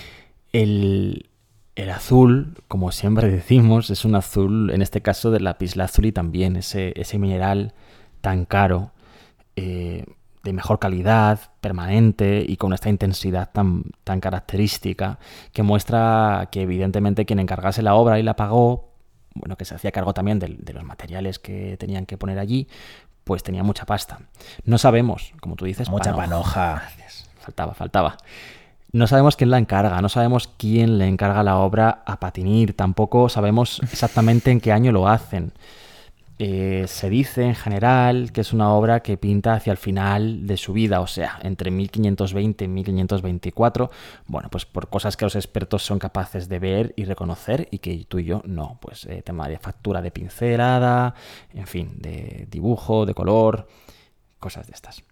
El, el azul, como siempre decimos, es un azul, en este caso de lapislázuli también, ese, ese mineral tan caro, eh, de mejor calidad, permanente y con esta intensidad tan, tan característica, que muestra que evidentemente quien encargase la obra y la pagó, bueno, que se hacía cargo también de, de los materiales que tenían que poner allí, pues tenía mucha pasta. No sabemos, como tú dices, mucha panoja. panoja. Gracias. Faltaba, faltaba. No sabemos quién la encarga, no sabemos quién le encarga la obra a Patinir, tampoco sabemos exactamente en qué año lo hacen. Eh, se dice en general que es una obra que pinta hacia el final de su vida, o sea, entre mil quinientos veinte y mil quinientos veinticuatro, bueno, pues por cosas que los expertos son capaces de ver y reconocer y que tú y yo no, pues eh, tema de factura de pincelada, en fin, de dibujo, de color, cosas de estas.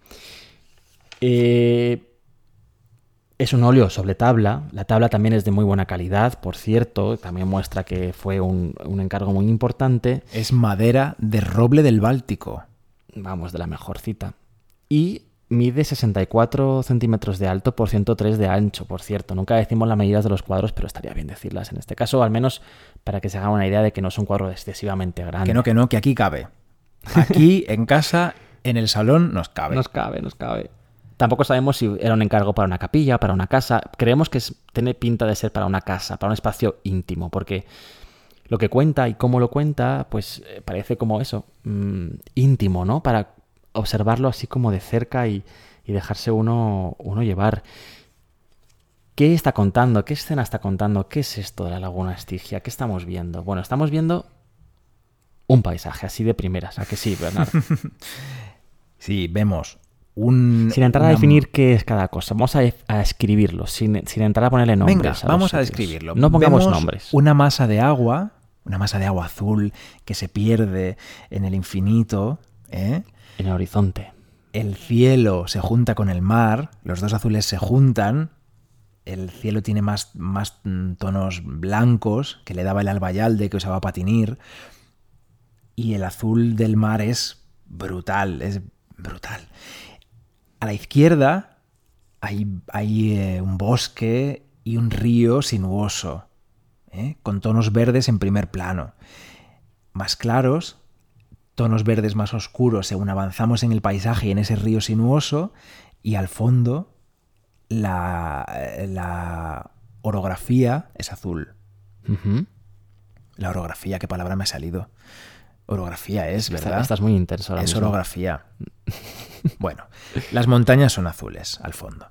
Eh... Es un óleo sobre tabla. La tabla también es de muy buena calidad, por cierto. También muestra que fue un, un encargo muy importante. Es madera de roble del Báltico. Vamos, de la mejor cita. Y mide sesenta y cuatro centímetros de alto por ciento tres de ancho, por cierto. Nunca decimos las medidas de los cuadros, pero estaría bien decirlas en este caso, al menos para que se hagan una idea de que no es un cuadro excesivamente grande. Que no, que no, que aquí cabe. Aquí, en casa, en el salón, nos cabe. Nos cabe, nos cabe. Tampoco sabemos si era un encargo para una capilla, para una casa. Creemos que es, tiene pinta de ser para una casa, para un espacio íntimo, porque lo que cuenta y cómo lo cuenta, pues eh, parece como eso, mmm, íntimo, ¿no? Para observarlo así como de cerca y, y dejarse uno, uno llevar. ¿Qué está contando? ¿Qué escena está contando? ¿Qué es esto de la Laguna Estigia? ¿Qué estamos viendo? Bueno, estamos viendo un paisaje así de primeras. ¿A que sí, Bernardo? Sí, vemos... Un, sin entrar una... a definir qué es cada cosa, vamos a, a escribirlo, sin, sin entrar a ponerle nombres. Venga, a vamos a sitios. describirlo. No pongamos Vemos nombres. Una masa de agua, una masa de agua azul que se pierde en el infinito, ¿eh? En el horizonte. El cielo se junta con el mar, los dos azules se juntan, el cielo tiene más, más tonos blancos que le daba el albayalde que usaba Patinir, y el azul del mar es brutal, es brutal. A la izquierda hay, hay eh, un bosque y un río sinuoso, ¿eh? Con tonos verdes en primer plano. Más claros, tonos verdes más oscuros según avanzamos en el paisaje y en ese río sinuoso, y al fondo la, la orografía es azul. Uh-huh. La orografía, ¿qué palabra me ha salido? Orografía es, ¿verdad? Estás, estás muy intenso ahora Es mismo. orografía. Bueno, las montañas son azules, al fondo.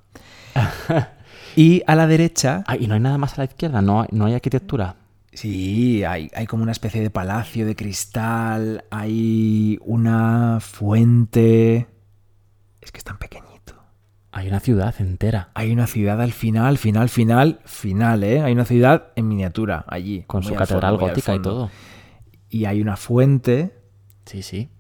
Y a la derecha... Ah, ¿y no hay nada más a la izquierda? ¿No hay, no hay arquitectura? Sí, hay, hay como una especie de palacio de cristal, hay una fuente... Es que es tan pequeñito. Hay una ciudad entera. Hay una ciudad al final, final, final, final, ¿eh? Hay una ciudad en miniatura allí. Con su muy catedral fondo, gótica y todo. Y hay una fuente... Sí, sí.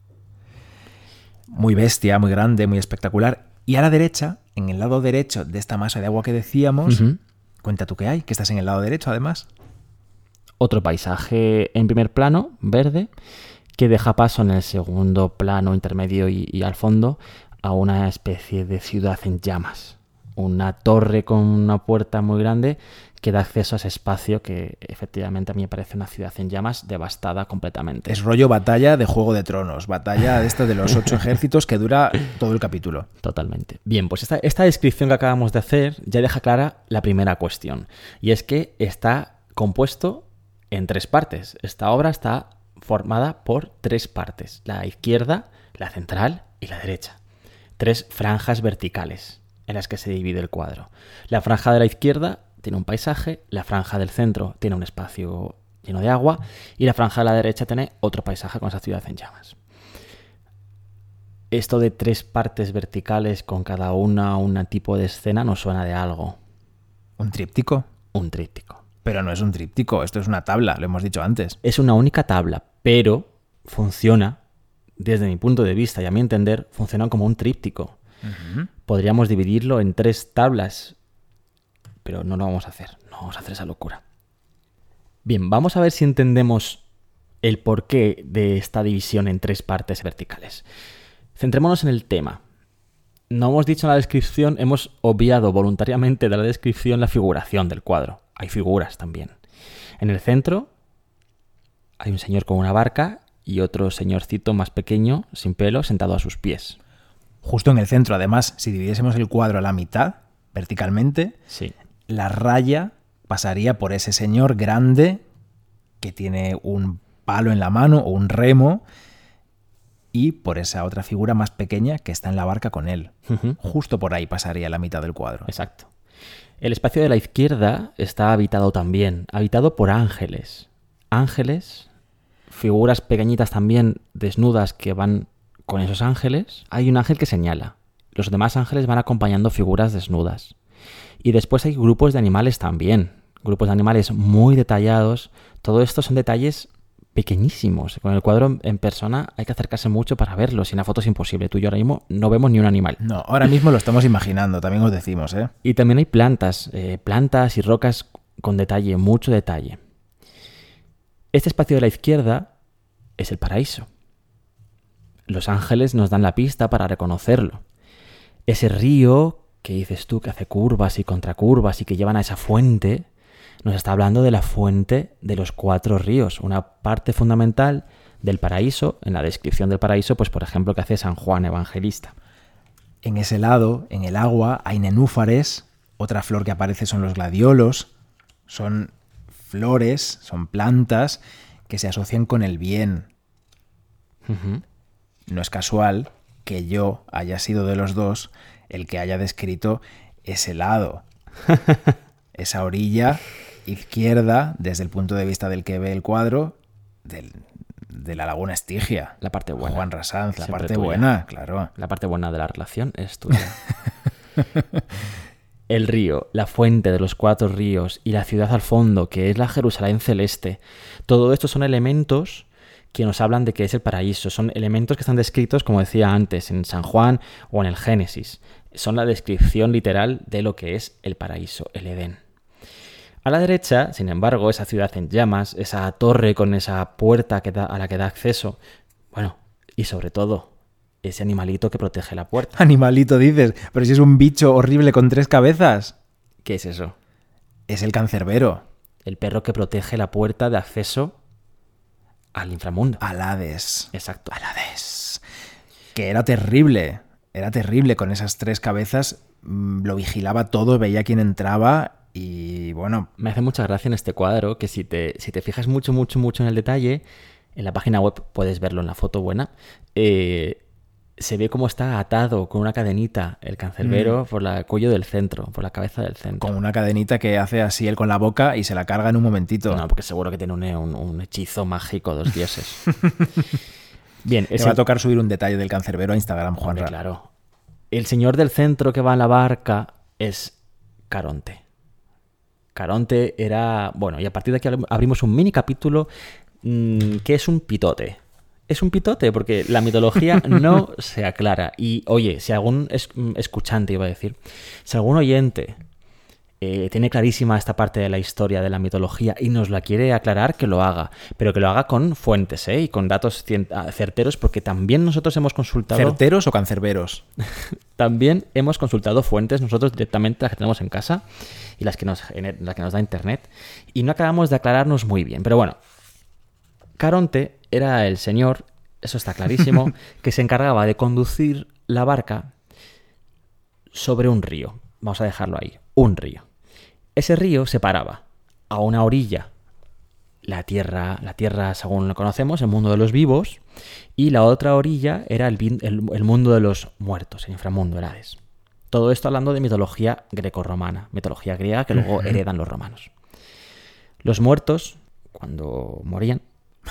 Muy bestia, muy grande, muy espectacular. Y a la derecha, en el lado derecho de esta masa de agua que decíamos, uh-huh. Cuenta tú qué hay, que estás en el lado derecho además. Otro paisaje en primer plano, verde, que deja paso en el segundo plano intermedio y, y al fondo a una especie de ciudad en llamas. Una torre con una puerta muy grande que da acceso a ese espacio que efectivamente a mí me parece una ciudad en llamas devastada completamente. Es rollo batalla de Juego de Tronos, batalla de esto de los ocho ejércitos que dura todo el capítulo. Totalmente. Bien, pues esta, esta descripción que acabamos de hacer ya deja clara la primera cuestión, y es que está compuesto en tres partes. Esta obra está formada por tres partes, la izquierda, la central y la derecha. Tres franjas verticales en las que se divide el cuadro. La franja de la izquierda tiene un paisaje, la franja del centro tiene un espacio lleno de agua y la franja de la derecha tiene otro paisaje con esa ciudad en llamas. Esto de tres partes verticales con cada una un tipo de escena nos suena de algo. ¿Un tríptico? Un tríptico. Pero no es un tríptico, esto es una tabla, lo hemos dicho antes. Es una única tabla, pero funciona, desde mi punto de vista y a mi entender, funciona como un tríptico. Uh-huh. Podríamos dividirlo en tres tablas, pero no lo vamos a hacer, no vamos a hacer esa locura. Bien, vamos a ver si entendemos el porqué de esta división en tres partes verticales. Centrémonos en el tema. No hemos dicho en la descripción, hemos obviado voluntariamente de la descripción la figuración del cuadro. Hay figuras también. En el centro hay un señor con una barca y otro señorcito más pequeño, sin pelo, sentado a sus pies. Justo en el centro, además, si dividiésemos el cuadro a la mitad, verticalmente, Sí. la raya pasaría por ese señor grande que tiene un palo en la mano o un remo y por esa otra figura más pequeña que está en la barca con él. Uh-huh. Justo por ahí pasaría la mitad del cuadro. Exacto. El espacio de la izquierda está habitado también, habitado por ángeles. Ángeles, figuras pequeñitas también desnudas que van con esos ángeles. Hay un ángel que señala. Los demás ángeles van acompañando figuras desnudas. Y después hay grupos de animales también. Grupos de animales muy detallados. Todo esto son detalles pequeñísimos. Con el cuadro en persona hay que acercarse mucho para verlo. Sin la foto es imposible. Tú y yo ahora mismo no vemos ni un animal. No, ahora mismo lo estamos imaginando, también os decimos, ¿eh? Y también hay plantas, eh, plantas y rocas con detalle, mucho detalle. Este espacio de la izquierda es el paraíso. Los ángeles nos dan la pista para reconocerlo. Ese río que dices tú que hace curvas y contracurvas y que llevan a esa fuente, nos está hablando de la fuente de los cuatro ríos, una parte fundamental del paraíso, en la descripción del paraíso, pues por ejemplo que hace San Juan Evangelista. En ese lado, en el agua, hay nenúfares, otra flor que aparece son los gladiolos, son flores, son plantas que se asocian con el bien. Uh-huh. No es casual que yo haya sido de los dos el que haya descrito ese lado, esa orilla izquierda, desde el punto de vista del que ve el cuadro, del, de la laguna Estigia. La parte buena. Juan Rassanz, la Siempre parte tuya. buena, claro. La parte buena de la relación es tuya. El río, la fuente de los cuatro ríos y la ciudad al fondo, que es la Jerusalén celeste. Todo esto son elementos que nos hablan de que es el paraíso. Son elementos que están descritos, como decía antes, en San Juan o en el Génesis. Son la descripción literal de lo que es el paraíso, el Edén. A la derecha, sin embargo, esa ciudad en llamas, esa torre con esa puerta que da, a la que da acceso, bueno, y sobre todo, ese animalito que protege la puerta. Animalito dices, pero si es un bicho horrible con tres cabezas. ¿Qué es eso? Es el cancerbero. El perro que protege la puerta de acceso al inframundo. Al Hades. Exacto. Al Hades. Que era terrible. Era terrible con esas tres cabezas. Lo vigilaba todo, veía quién entraba y bueno. Me hace mucha gracia en este cuadro que si te, si te fijas mucho, mucho, mucho en el detalle, en la página web puedes verlo en la foto buena, eh, se ve cómo está atado con una cadenita el cancerbero mm. por el cuello del centro, por la cabeza del centro. Con una cadenita que hace así él con la boca y se la carga en un momentito. No, porque seguro que tiene un, un, un hechizo mágico de los dioses. Bien, te va a tocar subir un detalle del cancerbero a Instagram, Juanra. Claro. El señor del centro que va en la barca es Caronte. Caronte era... Bueno, y a partir de aquí abrimos un mini capítulo mmm, que es un pitote. Es un pitote porque la mitología no se aclara. Y, oye, si algún es, escuchante, iba a decir, si algún oyente eh, tiene clarísima esta parte de la historia de la mitología y nos la quiere aclarar, que lo haga. Pero que lo haga con fuentes, ¿eh? Y con datos certeros, porque también nosotros hemos consultado... ¿Certeros o cancerberos? También hemos consultado fuentes nosotros directamente, las que tenemos en casa y las que nos, las que nos da internet. Y no acabamos de aclararnos muy bien. Pero bueno, Caronte era el señor, eso está clarísimo, que se encargaba de conducir la barca sobre un río. Vamos a dejarlo ahí, un río. Ese río separaba a una orilla la tierra, la tierra según lo conocemos, el mundo de los vivos, y la otra orilla era el, el, el mundo de los muertos, el inframundo, el Hades. Todo esto hablando de mitología grecorromana, mitología griega que luego heredan los romanos. Los muertos, cuando morían,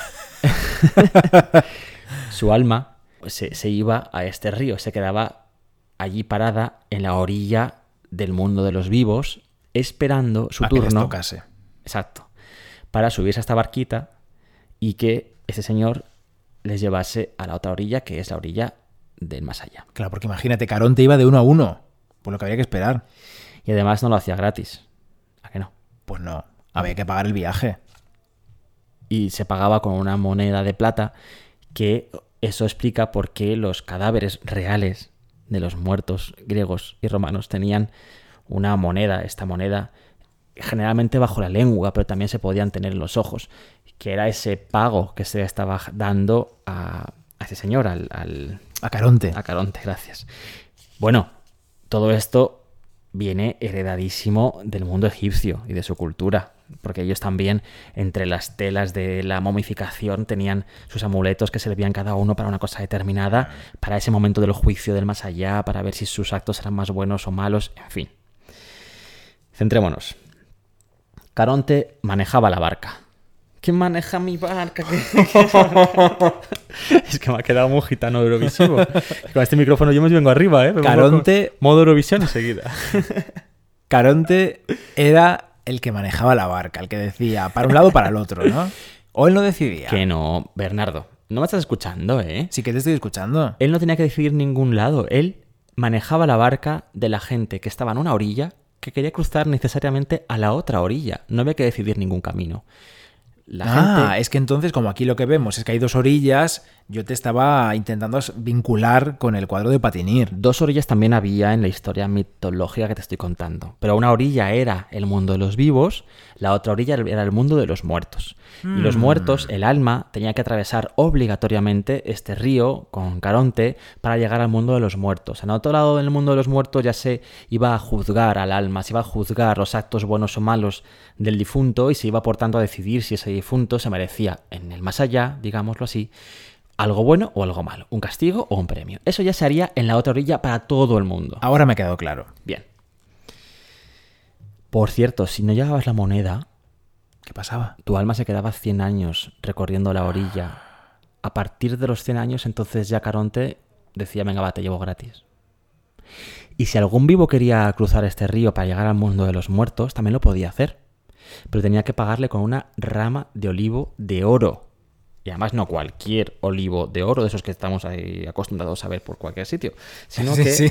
su alma se, se iba a este río, se quedaba allí parada en la orilla del mundo de los vivos, esperando su a turno. Que les tocase. Exacto. Para subirse a esta barquita y que ese señor les llevase a la otra orilla, que es la orilla del más allá. Claro, porque imagínate, Caronte iba de uno a uno, por lo que había que esperar. Y además no lo hacía gratis. ¿A qué no? Pues no, había que pagar el viaje. y se pagaba con una moneda de plata, que eso explica por qué los cadáveres reales de los muertos griegos y romanos tenían una moneda, esta moneda generalmente bajo la lengua, pero también se podían tener en los ojos, que era ese pago que se estaba dando a, a ese señor, al, al... A Caronte. A Caronte, gracias. Bueno, todo esto viene heredadísimo del mundo egipcio y de su cultura, porque ellos también, entre las telas de la momificación, tenían sus amuletos que servían cada uno para una cosa determinada, para ese momento del juicio del más allá, para ver si sus actos eran más buenos o malos, en fin. Centrémonos. Caronte manejaba la barca. ¿Quién maneja mi barca? Es que me ha quedado muy gitano eurovisivo. Con este micrófono yo me vengo arriba, ¿eh? Me Caronte... Modo Eurovisión enseguida. Caronte era el que manejaba la barca, el que decía para un lado o para el otro, ¿no? O él no decidía. Que no, Bernardo. No me estás escuchando, ¿eh? Sí que te estoy escuchando. Él no tenía que decidir ningún lado. Él manejaba la barca de la gente que estaba en una orilla que quería cruzar necesariamente a la otra orilla. No había que decidir ningún camino. La ah, gente... es que entonces, como aquí lo que vemos es que hay dos orillas, yo te estaba intentando vincular con el cuadro de Patinir. Dos orillas también había en la historia mitológica que te estoy contando. Pero una orilla era el mundo de los vivos, la otra orilla era el mundo de los muertos. Mm. Y los muertos, el alma, tenía que atravesar obligatoriamente este río con Caronte para llegar al mundo de los muertos. En otro lado del mundo de los muertos ya se iba a juzgar al alma, se iba a juzgar los actos buenos o malos del difunto y se iba por tanto a decidir si ese difunto se merecía en el más allá, digámoslo así, algo bueno o algo malo, un castigo o un premio. Eso ya se haría en la otra orilla para todo el mundo. Ahora me ha quedado claro. Bien. Por cierto, si no llevabas la moneda... ¿Qué pasaba? Tu alma se quedaba cien años recorriendo la orilla. A partir de los cien años, entonces ya Caronte decía, venga, va, te llevo gratis. Y si algún vivo quería cruzar este río para llegar al mundo de los muertos, también lo podía hacer. Pero tenía que pagarle con una rama de olivo de oro. Y además no cualquier olivo de oro, de esos que estamos ahí acostumbrados a ver por cualquier sitio, sino sí, que... Sí.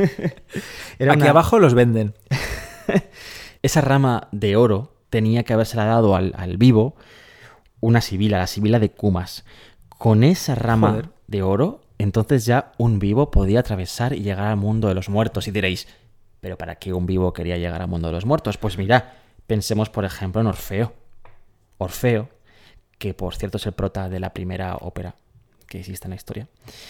Era Aquí una... abajo los venden. Esa rama de oro tenía que habérsela dado al, al vivo una sibila, la sibila de Cumas. Con esa rama Joder. de oro, entonces ya un vivo podía atravesar y llegar al mundo de los muertos. Y diréis, ¿pero para qué un vivo quería llegar al mundo de los muertos? Pues mira, pensemos por ejemplo en Orfeo. Orfeo, que por cierto es el prota de la primera ópera que existe en la historia,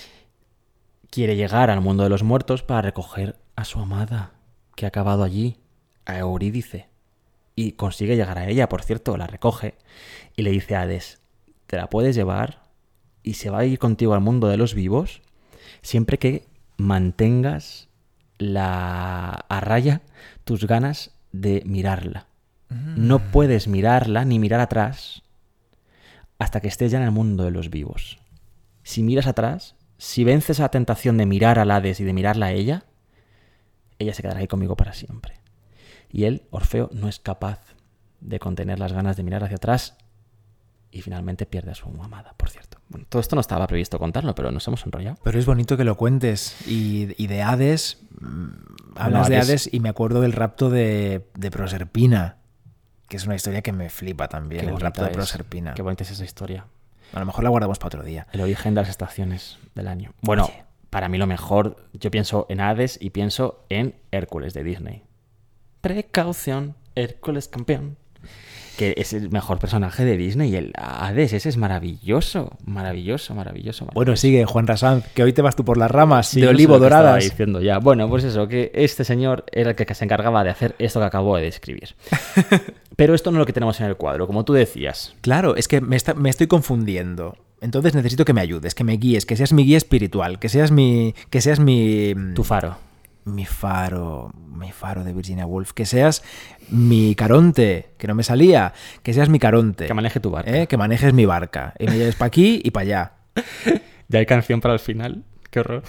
quiere llegar al mundo de los muertos para recoger a su amada, que ha acabado allí, a Eurídice. Y consigue llegar a ella, por cierto, la recoge y le dice a Hades, te la puedes llevar y se va a ir contigo al mundo de los vivos siempre que mantengas la... a raya tus ganas de mirarla. Mm. No puedes mirarla ni mirar atrás hasta que estés ya en el mundo de los vivos. Si miras atrás, si vences a la tentación de mirar a Hades y de mirarla a ella, ella se quedará ahí conmigo para siempre. Y él, Orfeo, no es capaz de contener las ganas de mirar hacia atrás y finalmente pierde a su amada, por cierto. Bueno, todo esto no estaba previsto contarlo, pero nos hemos enrollado. Pero es bonito que lo cuentes. Y, y de Hades, hablas no, de Hades y me acuerdo del rapto de, de Proserpina, que es una historia que me flipa también, el rapto de Proserpina. Qué bonita es esa historia. A lo mejor la guardamos para otro día. El origen de las estaciones del año. Bueno, Oye. para mí lo mejor, yo pienso en Hades y pienso en Hércules de Disney. Precaución, Hércules campeón. Que es el mejor personaje de Disney y el Hades ese es maravilloso, maravilloso, maravilloso. maravilloso. Bueno, sigue, Juan Rasán, que hoy te vas tú por las ramas sí, de no olivo sé lo que doradas. Estaba diciendo ya. Bueno, pues eso, que este señor era el que se encargaba de hacer esto que acabo de describir. Pero esto no es lo que tenemos en el cuadro, como tú decías. Claro, es que me, está, me estoy confundiendo. Entonces necesito que me ayudes, que me guíes, que seas mi guía espiritual, que seas mi... Que seas mi... Tu faro. Mi faro, mi faro de Virginia Woolf, que seas mi Caronte, que no me salía, que seas mi Caronte. Que maneje tu barca. ¿eh? Que manejes mi barca. Y me lleves para aquí y para allá. Ya hay canción para el final. Qué horror.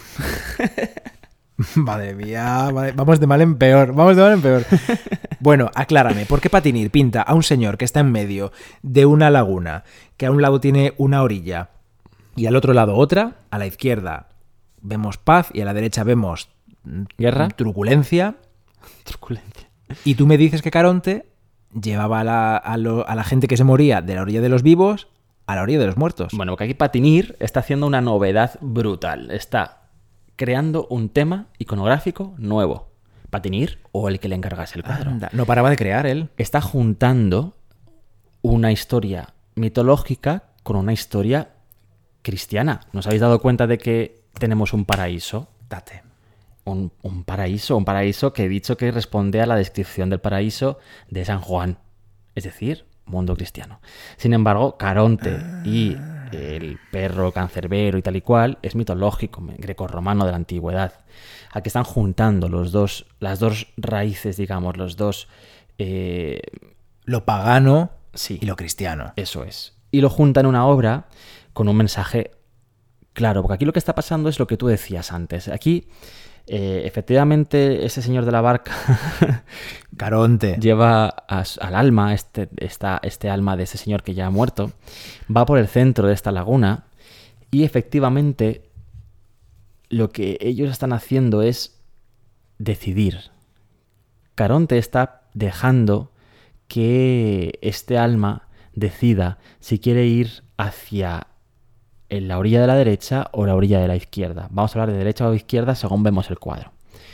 Madre mía, madre... vamos de mal en peor, vamos de mal en peor. Bueno, aclárame, ¿por qué Patinir pinta a un señor que está en medio de una laguna, que a un lado tiene una orilla y al otro lado otra? A la izquierda vemos paz y a la derecha vemos... ¿Guerra? Truculencia. Truculencia. Y tú me dices que Caronte llevaba a la, a, lo, a la gente que se moría de la orilla de los vivos a la orilla de los muertos. Bueno, porque aquí Patinir está haciendo una novedad brutal. Está creando un tema iconográfico nuevo. Patinir o el que le encargase el cuadro. Anda, no paraba de crear él. Está juntando una historia mitológica con una historia cristiana. ¿Nos habéis dado cuenta de que tenemos un paraíso? Date. Un, un paraíso, un paraíso que he dicho que responde a la descripción del paraíso de San Juan. Es decir, mundo cristiano. Sin embargo, Caronte y el perro cancerbero y tal y cual es mitológico, grecorromano de la antigüedad. Aquí están juntando los dos, las dos raíces, digamos, los dos... Eh... Lo pagano sí, y lo cristiano. Eso es. Y lo juntan en una obra con un mensaje claro, porque aquí lo que está pasando es lo que tú decías antes. Aquí... Eh, efectivamente, ese señor de la barca Caronte lleva a, al alma, este, esta, este alma de ese señor que ya ha muerto, va por el centro de esta laguna y efectivamente lo que ellos están haciendo es decidir. Caronte está dejando que este alma decida si quiere ir hacia en la orilla de la derecha o la orilla de la izquierda. Vamos a hablar de derecha o izquierda según vemos el cuadro.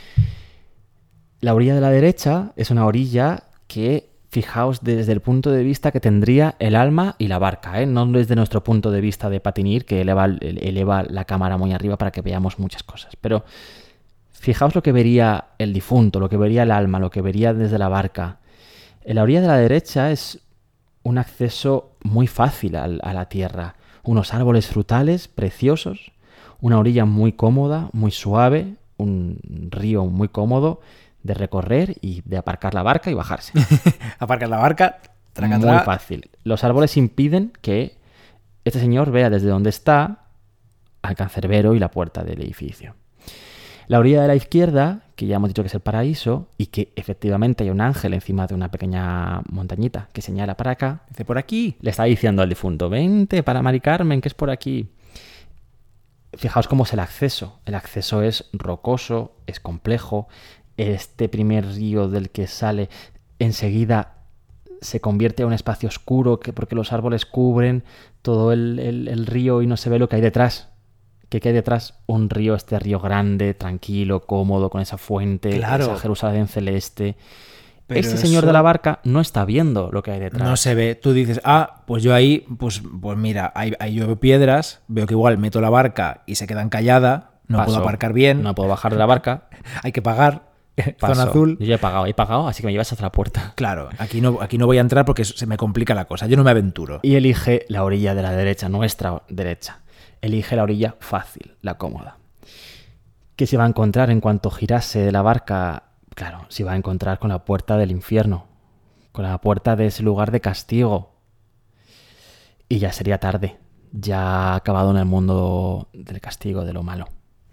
La orilla de la derecha es una orilla que, fijaos, desde el punto de vista que tendría el alma y la barca, ¿eh? No desde nuestro punto de vista de Patinir, que eleva, eleva la cámara muy arriba para que veamos muchas cosas. Pero fijaos lo que vería el difunto, lo que vería el alma, lo que vería desde la barca. En la orilla de la derecha es un acceso muy fácil a, a la tierra. Unos árboles frutales preciosos, una orilla muy cómoda, muy suave, un río muy cómodo de recorrer y de aparcar la barca y bajarse. Aparcar la barca, traca, muy traca. fácil. Los árboles impiden que este señor vea desde donde está al cancerbero y la puerta del edificio. La orilla de la izquierda, que ya hemos dicho que es el paraíso, y que efectivamente hay un ángel encima de una pequeña montañita que señala para acá. Dice, por aquí. Le está diciendo al difunto, vente para Mari Carmen, que es por aquí. Fijaos cómo es el acceso. El acceso es rocoso, es complejo. Este primer río del que sale enseguida se convierte en un espacio oscuro que, porque los árboles cubren todo el, el, el río y no se ve lo que hay detrás. ¿Qué hay detrás? Un río, este río grande, tranquilo, cómodo, con esa fuente, claro. Esa Jerusalén celeste. Pero este señor eso... de la barca no está viendo lo que hay detrás. No se ve. Tú dices, ah, pues yo ahí, pues, pues mira, ahí, ahí yo veo piedras, veo que igual meto la barca y se quedan callada, no Paso. puedo aparcar bien. No puedo bajar de la barca. Hay que pagar. Paso. Zona azul. Yo ya he pagado, he pagado, así que me llevas hasta la puerta. Claro, aquí no, aquí no voy a entrar porque se me complica la cosa. Yo no me aventuro. Y elige la orilla de la derecha, nuestra derecha. Elige la orilla fácil, la cómoda. ¿Qué se va a encontrar en cuanto girase de la barca? Claro, se va a encontrar con la puerta del infierno, con la puerta de ese lugar de castigo. Y ya sería tarde, ya ha acabado en el mundo del castigo, de lo malo.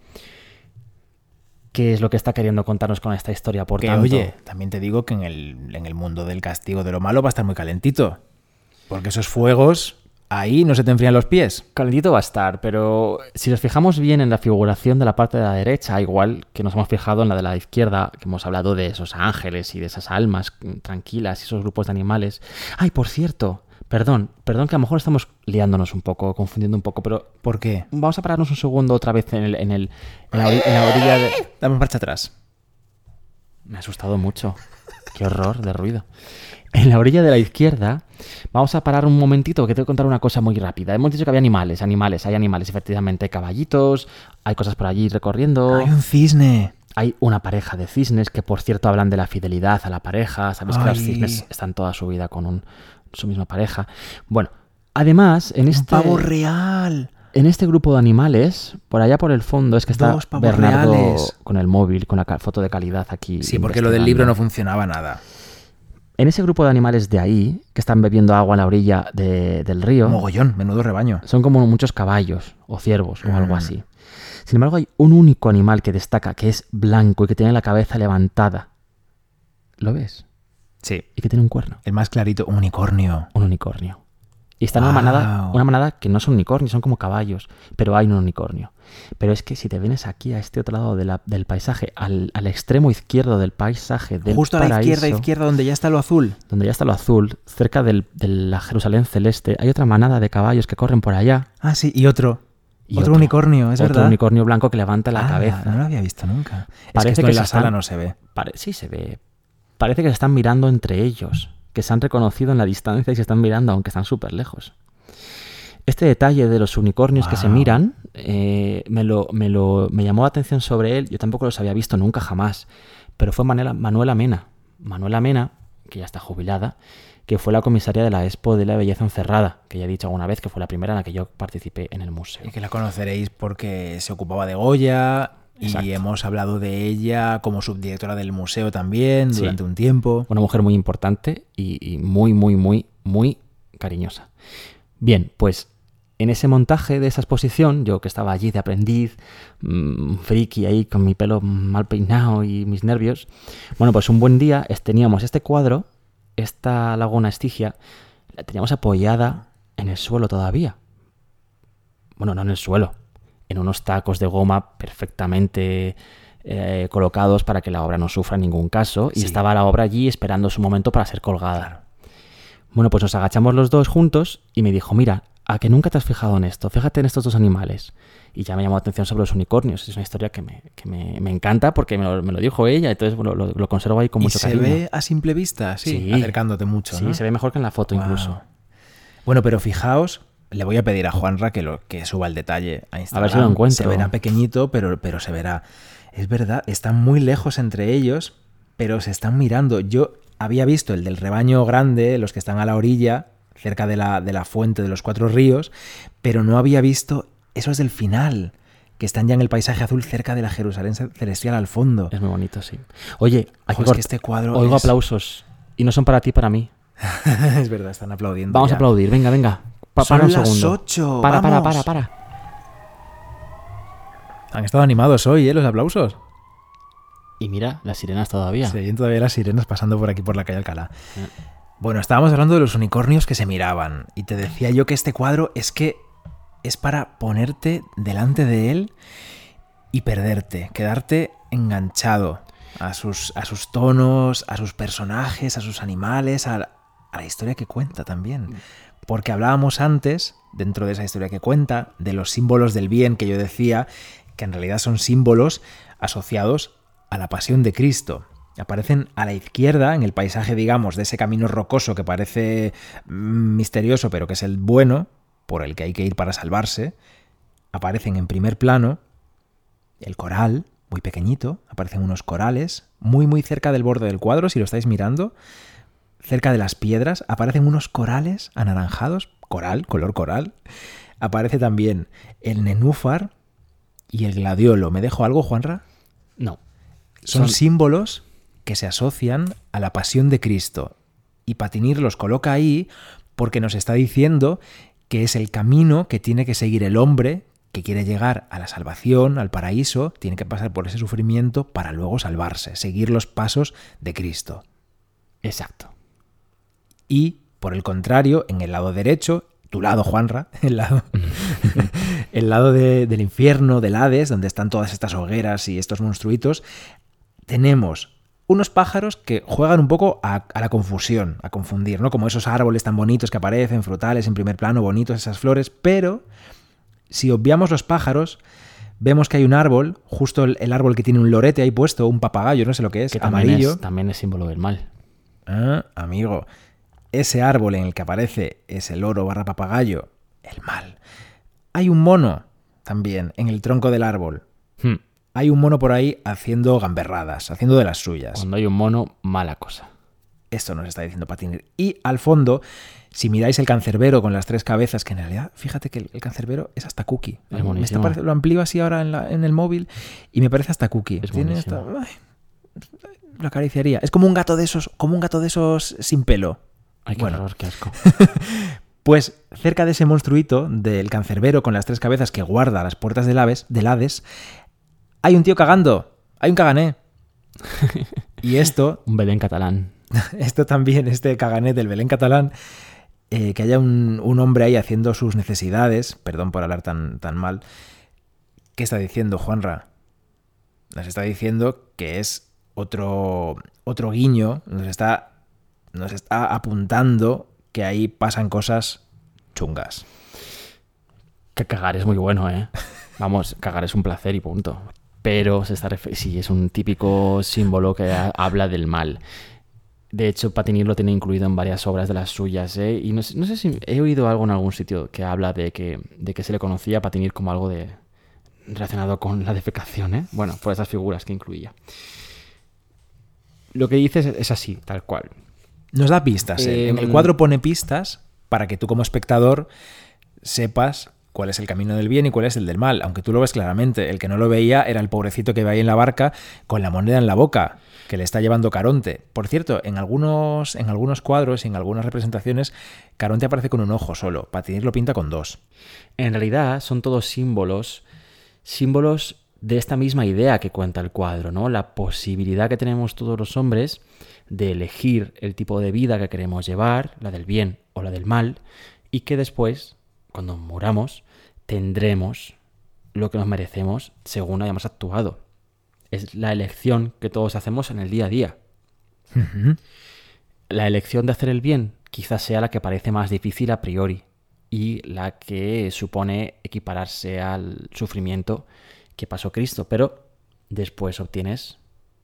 ¿Qué es lo que está queriendo contarnos con esta historia? Por que, tanto, oye, también te digo que en el, en el mundo del castigo, de lo malo, va a estar muy calentito. Porque esos fuegos... Ahí no se te enfrían los pies. Calentito va a estar, pero si nos fijamos bien en la figuración de la parte de la derecha, igual que nos hemos fijado en la de la izquierda, que hemos hablado de esos ángeles y de esas almas tranquilas y esos grupos de animales. Ay, por cierto, perdón, perdón que a lo mejor estamos liándonos un poco, confundiendo un poco, pero... ¿Por qué? Vamos a pararnos un segundo otra vez en, el, en, el, en, la, en la orilla de... Dame marcha atrás. Me ha asustado mucho. Qué horror de ruido. En la orilla de la izquierda, vamos a parar un momentito que tengo que contar una cosa muy rápida. Hemos dicho que había animales, animales, hay animales, efectivamente, hay caballitos, hay cosas por allí recorriendo. Hay un cisne. Hay una pareja de cisnes que, por cierto, hablan de la fidelidad a la pareja. Sabes que Ay. los cisnes están toda su vida con un, su misma pareja. Bueno, además, en este... Un pavo real. En este grupo de animales, por allá por el fondo, es que está Dos pavos Bernardo reales. Con el móvil, con la foto de calidad aquí. Sí, porque lo del libro no funcionaba nada. En ese grupo de animales de ahí, que están bebiendo agua en la orilla de, del río... Mogollón, menudo rebaño. Son como muchos caballos o ciervos o Mm. algo así. Sin embargo, hay un único animal que destaca, que es blanco y que tiene la cabeza levantada. ¿Lo ves? Sí. Y que tiene un cuerno. El más clarito, un unicornio. Un unicornio. Y está en una manada, una manada que no son unicornios, son como caballos, pero hay un unicornio. Pero es que si te vienes aquí a este otro lado de la, del paisaje, al, al extremo izquierdo del paisaje del Justo a la paraíso, izquierda, izquierda, donde ya está lo azul. Donde ya está lo azul, cerca del, de la Jerusalén celeste, hay otra manada de caballos que corren por allá. Ah, sí, y otro. Y otro, otro unicornio, es otro verdad. unicornio blanco que levanta la ah, cabeza. No lo había visto nunca. Parece es que, esto que en la se sala están- no se ve. Pare- sí, se ve. Parece que se están mirando entre ellos, que se han reconocido en la distancia y se están mirando, aunque están súper lejos. Este detalle de los unicornios que se Wow. miran eh, me, lo, me, lo, me llamó la atención sobre él. Yo tampoco los había visto nunca jamás. Pero fue Manuela, Manuela Mena. Manuela Mena, que ya está jubilada, que fue la comisaria de la Expo de la Belleza Encerrada, que ya he dicho alguna vez que fue la primera en la que yo participé en el museo. Y que la conoceréis porque se ocupaba de Goya. Exacto. Y hemos hablado de ella como subdirectora del museo también Sí. durante un tiempo. Una mujer muy importante y, y muy, muy, muy, muy cariñosa. Bien, pues en ese montaje de esa exposición, yo que estaba allí de aprendiz, mmm, friki ahí con mi pelo mal peinado y mis nervios, bueno, pues un buen día es- teníamos este cuadro, esta laguna Estigia, la teníamos apoyada en el suelo todavía. Bueno, no en el suelo, en unos tacos de goma perfectamente eh, colocados para que la obra no sufra en ningún caso, y Sí. estaba la obra allí esperando su momento para ser colgada. Claro. Bueno, pues nos agachamos los dos juntos y me dijo, mira, ¿a que nunca te has fijado en esto? Fíjate en estos dos animales. Y ya me llamó la atención sobre los unicornios. Es una historia que me, que me, me encanta porque me lo, me lo dijo ella, entonces bueno, lo, lo conservo ahí con Y mucho se cariño. ve a simple vista, sí, Sí. acercándote mucho. Sí, ¿no? se ve mejor que en la foto Wow. incluso. Bueno, pero fijaos, le voy a pedir a Juanra que, lo, que suba el detalle a Instagram. A ver si lo encuentro. Se verá pequeñito, pero, pero se verá. Es verdad, están muy lejos entre ellos, pero se están mirando. Yo había visto el del rebaño grande, los que están a la orilla, cerca de la, de la fuente de los cuatro ríos, pero no había visto esos del final, que están ya en el paisaje azul cerca de la Jerusalén celestial al fondo. Es muy bonito, sí. Oye, hay Ojo, que es que cort- este cuadro oigo es- aplausos. Y no son para ti, para mí. Es verdad, están aplaudiendo. Vamos ya. a aplaudir, venga, venga. Pa- Son para un las segundo. ocho, Para, para, vamos. para, para. Han estado animados hoy, ¿eh? Los aplausos. Y mira, las sirenas todavía. Se oyen todavía las sirenas pasando por aquí por la calle Alcalá. Eh. Bueno, estábamos hablando de los unicornios que se miraban. Y te decía yo que este cuadro es que es para ponerte delante de él y perderte, quedarte enganchado a sus, a sus tonos, a sus personajes, a sus animales, a, a la historia que cuenta también. Porque hablábamos antes, dentro de esa historia que cuenta, de los símbolos del bien que yo decía, que en realidad son símbolos asociados a la pasión de Cristo. Aparecen a la izquierda, en el paisaje, digamos, de ese camino rocoso que parece mm, misterioso, pero que es el bueno, por el que hay que ir para salvarse. Aparecen en primer plano el coral, muy pequeñito, aparecen unos corales, muy muy cerca del borde del cuadro, si lo estáis mirando, cerca de las piedras, aparecen unos corales anaranjados, coral, color coral. Aparece también el nenúfar y el gladiolo. ¿Me dejo algo, Juanra? No. Son, Son- símbolos que se asocian a la pasión de Cristo. Y Patinir los coloca ahí porque nos está diciendo que es el camino que tiene que seguir el hombre que quiere llegar a la salvación, al paraíso, tiene que pasar por ese sufrimiento para luego salvarse, seguir los pasos de Cristo. Exacto. Y, por el contrario, en el lado derecho, tu lado, Juanra, el lado, el lado de- del infierno, del Hades, donde están todas estas hogueras y estos monstruitos, tenemos unos pájaros que juegan un poco a, a la confusión, a confundir, ¿no? Como esos árboles tan bonitos que aparecen, frutales en primer plano, bonitos esas flores, pero si obviamos los pájaros, vemos que hay un árbol, justo el, el árbol que tiene un lorete ahí puesto, un papagayo, no sé lo que es, Que también amarillo. es, también es símbolo del mal. Ah, amigo, ese árbol en el que aparece ese loro barra papagayo, el mal. Hay un mono también en el tronco del árbol. Hmm. Hay un mono por ahí haciendo gamberradas, haciendo de las suyas. Cuando hay un mono, mala cosa. Esto nos está diciendo Patinir. Y al fondo, si miráis el cancerbero con las tres cabezas, que en realidad, fíjate que el, el cancerbero es hasta cookie. Es Me está buenísimo. parece- lo amplío así ahora en, la- en el móvil y me parece hasta cookie. Es Tiene buenísimo. esta- ay, lo acariciaría. Es como un gato de esos, como un gato de esos sin pelo. Ay, qué Bueno. horror, qué asco. Pues cerca de ese monstruito del cancerbero con las tres cabezas que guarda las puertas del Hades, del Hades, hay un tío cagando, hay un cagané. Y esto, Un Belén catalán. esto también, este cagané del Belén catalán, eh, que haya un, un hombre ahí haciendo sus necesidades, perdón por hablar tan, tan mal. ¿Qué está diciendo Juanra? Nos está diciendo que es otro, otro guiño, nos está, nos está apuntando que ahí pasan cosas chungas. Que cagar es muy bueno, ¿eh? Vamos, cagar es un placer y punto. Pero se está ref- sí, es un típico símbolo que ha- habla del mal. De hecho, Patinir lo tiene incluido en varias obras de las suyas, ¿eh? Y no, sé- no sé si he oído algo en algún sitio que habla de que, de que se le conocía a Patinir como algo de relacionado con la defecación, ¿eh? Bueno, por esas figuras que incluía. Lo que dices es así, tal cual. Nos da pistas. ¿eh? Eh, En el cuadro pone pistas para que tú como espectador sepas cuál es el camino del bien y cuál es el del mal, aunque tú lo ves claramente. El que no lo veía era el pobrecito que va ahí en la barca con la moneda en la boca, que le está llevando Caronte. Por cierto, en algunos, en algunos cuadros y en algunas representaciones, Caronte aparece con un ojo solo. Patinir lo pinta con dos. En realidad son todos símbolos, símbolos de esta misma idea que cuenta el cuadro, ¿no? La posibilidad que tenemos todos los hombres de elegir el tipo de vida que queremos llevar, la del bien o la del mal, y que después, cuando muramos, tendremos lo que nos merecemos según hayamos actuado. Es la elección que todos hacemos en el día a día. Uh-huh. La elección de hacer el bien quizás sea la que parece más difícil a priori y la que supone equipararse al sufrimiento que pasó Cristo, pero después obtienes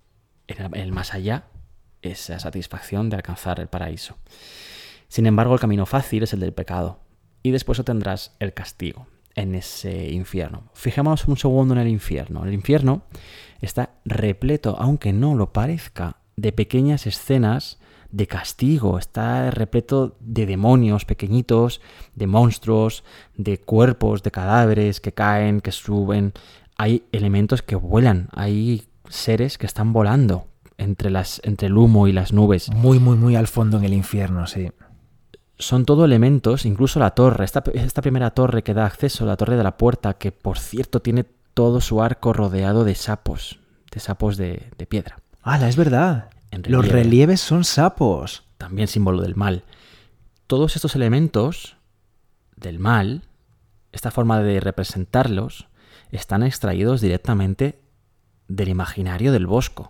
en el más allá esa satisfacción de alcanzar el paraíso. Sin embargo, el camino fácil es el del pecado y después obtendrás el castigo en ese infierno. Fijémonos un segundo en el infierno. El infierno está repleto, aunque no lo parezca, de pequeñas escenas de castigo. Está repleto de demonios pequeñitos, de monstruos, de cuerpos, de cadáveres que caen, que suben. Hay elementos que vuelan, hay seres que están volando entre, las, entre el humo y las nubes. Muy, muy, muy al fondo en el infierno, sí. Son todo elementos, incluso la torre, esta, esta primera torre que da acceso, la torre de la puerta, que por cierto tiene todo su arco rodeado de sapos, de sapos de, de piedra. ¡Hala, es verdad! En Los relieve. relieves son sapos. También símbolo del mal. Todos estos elementos del mal, esta forma de representarlos, están extraídos directamente del imaginario del Bosco.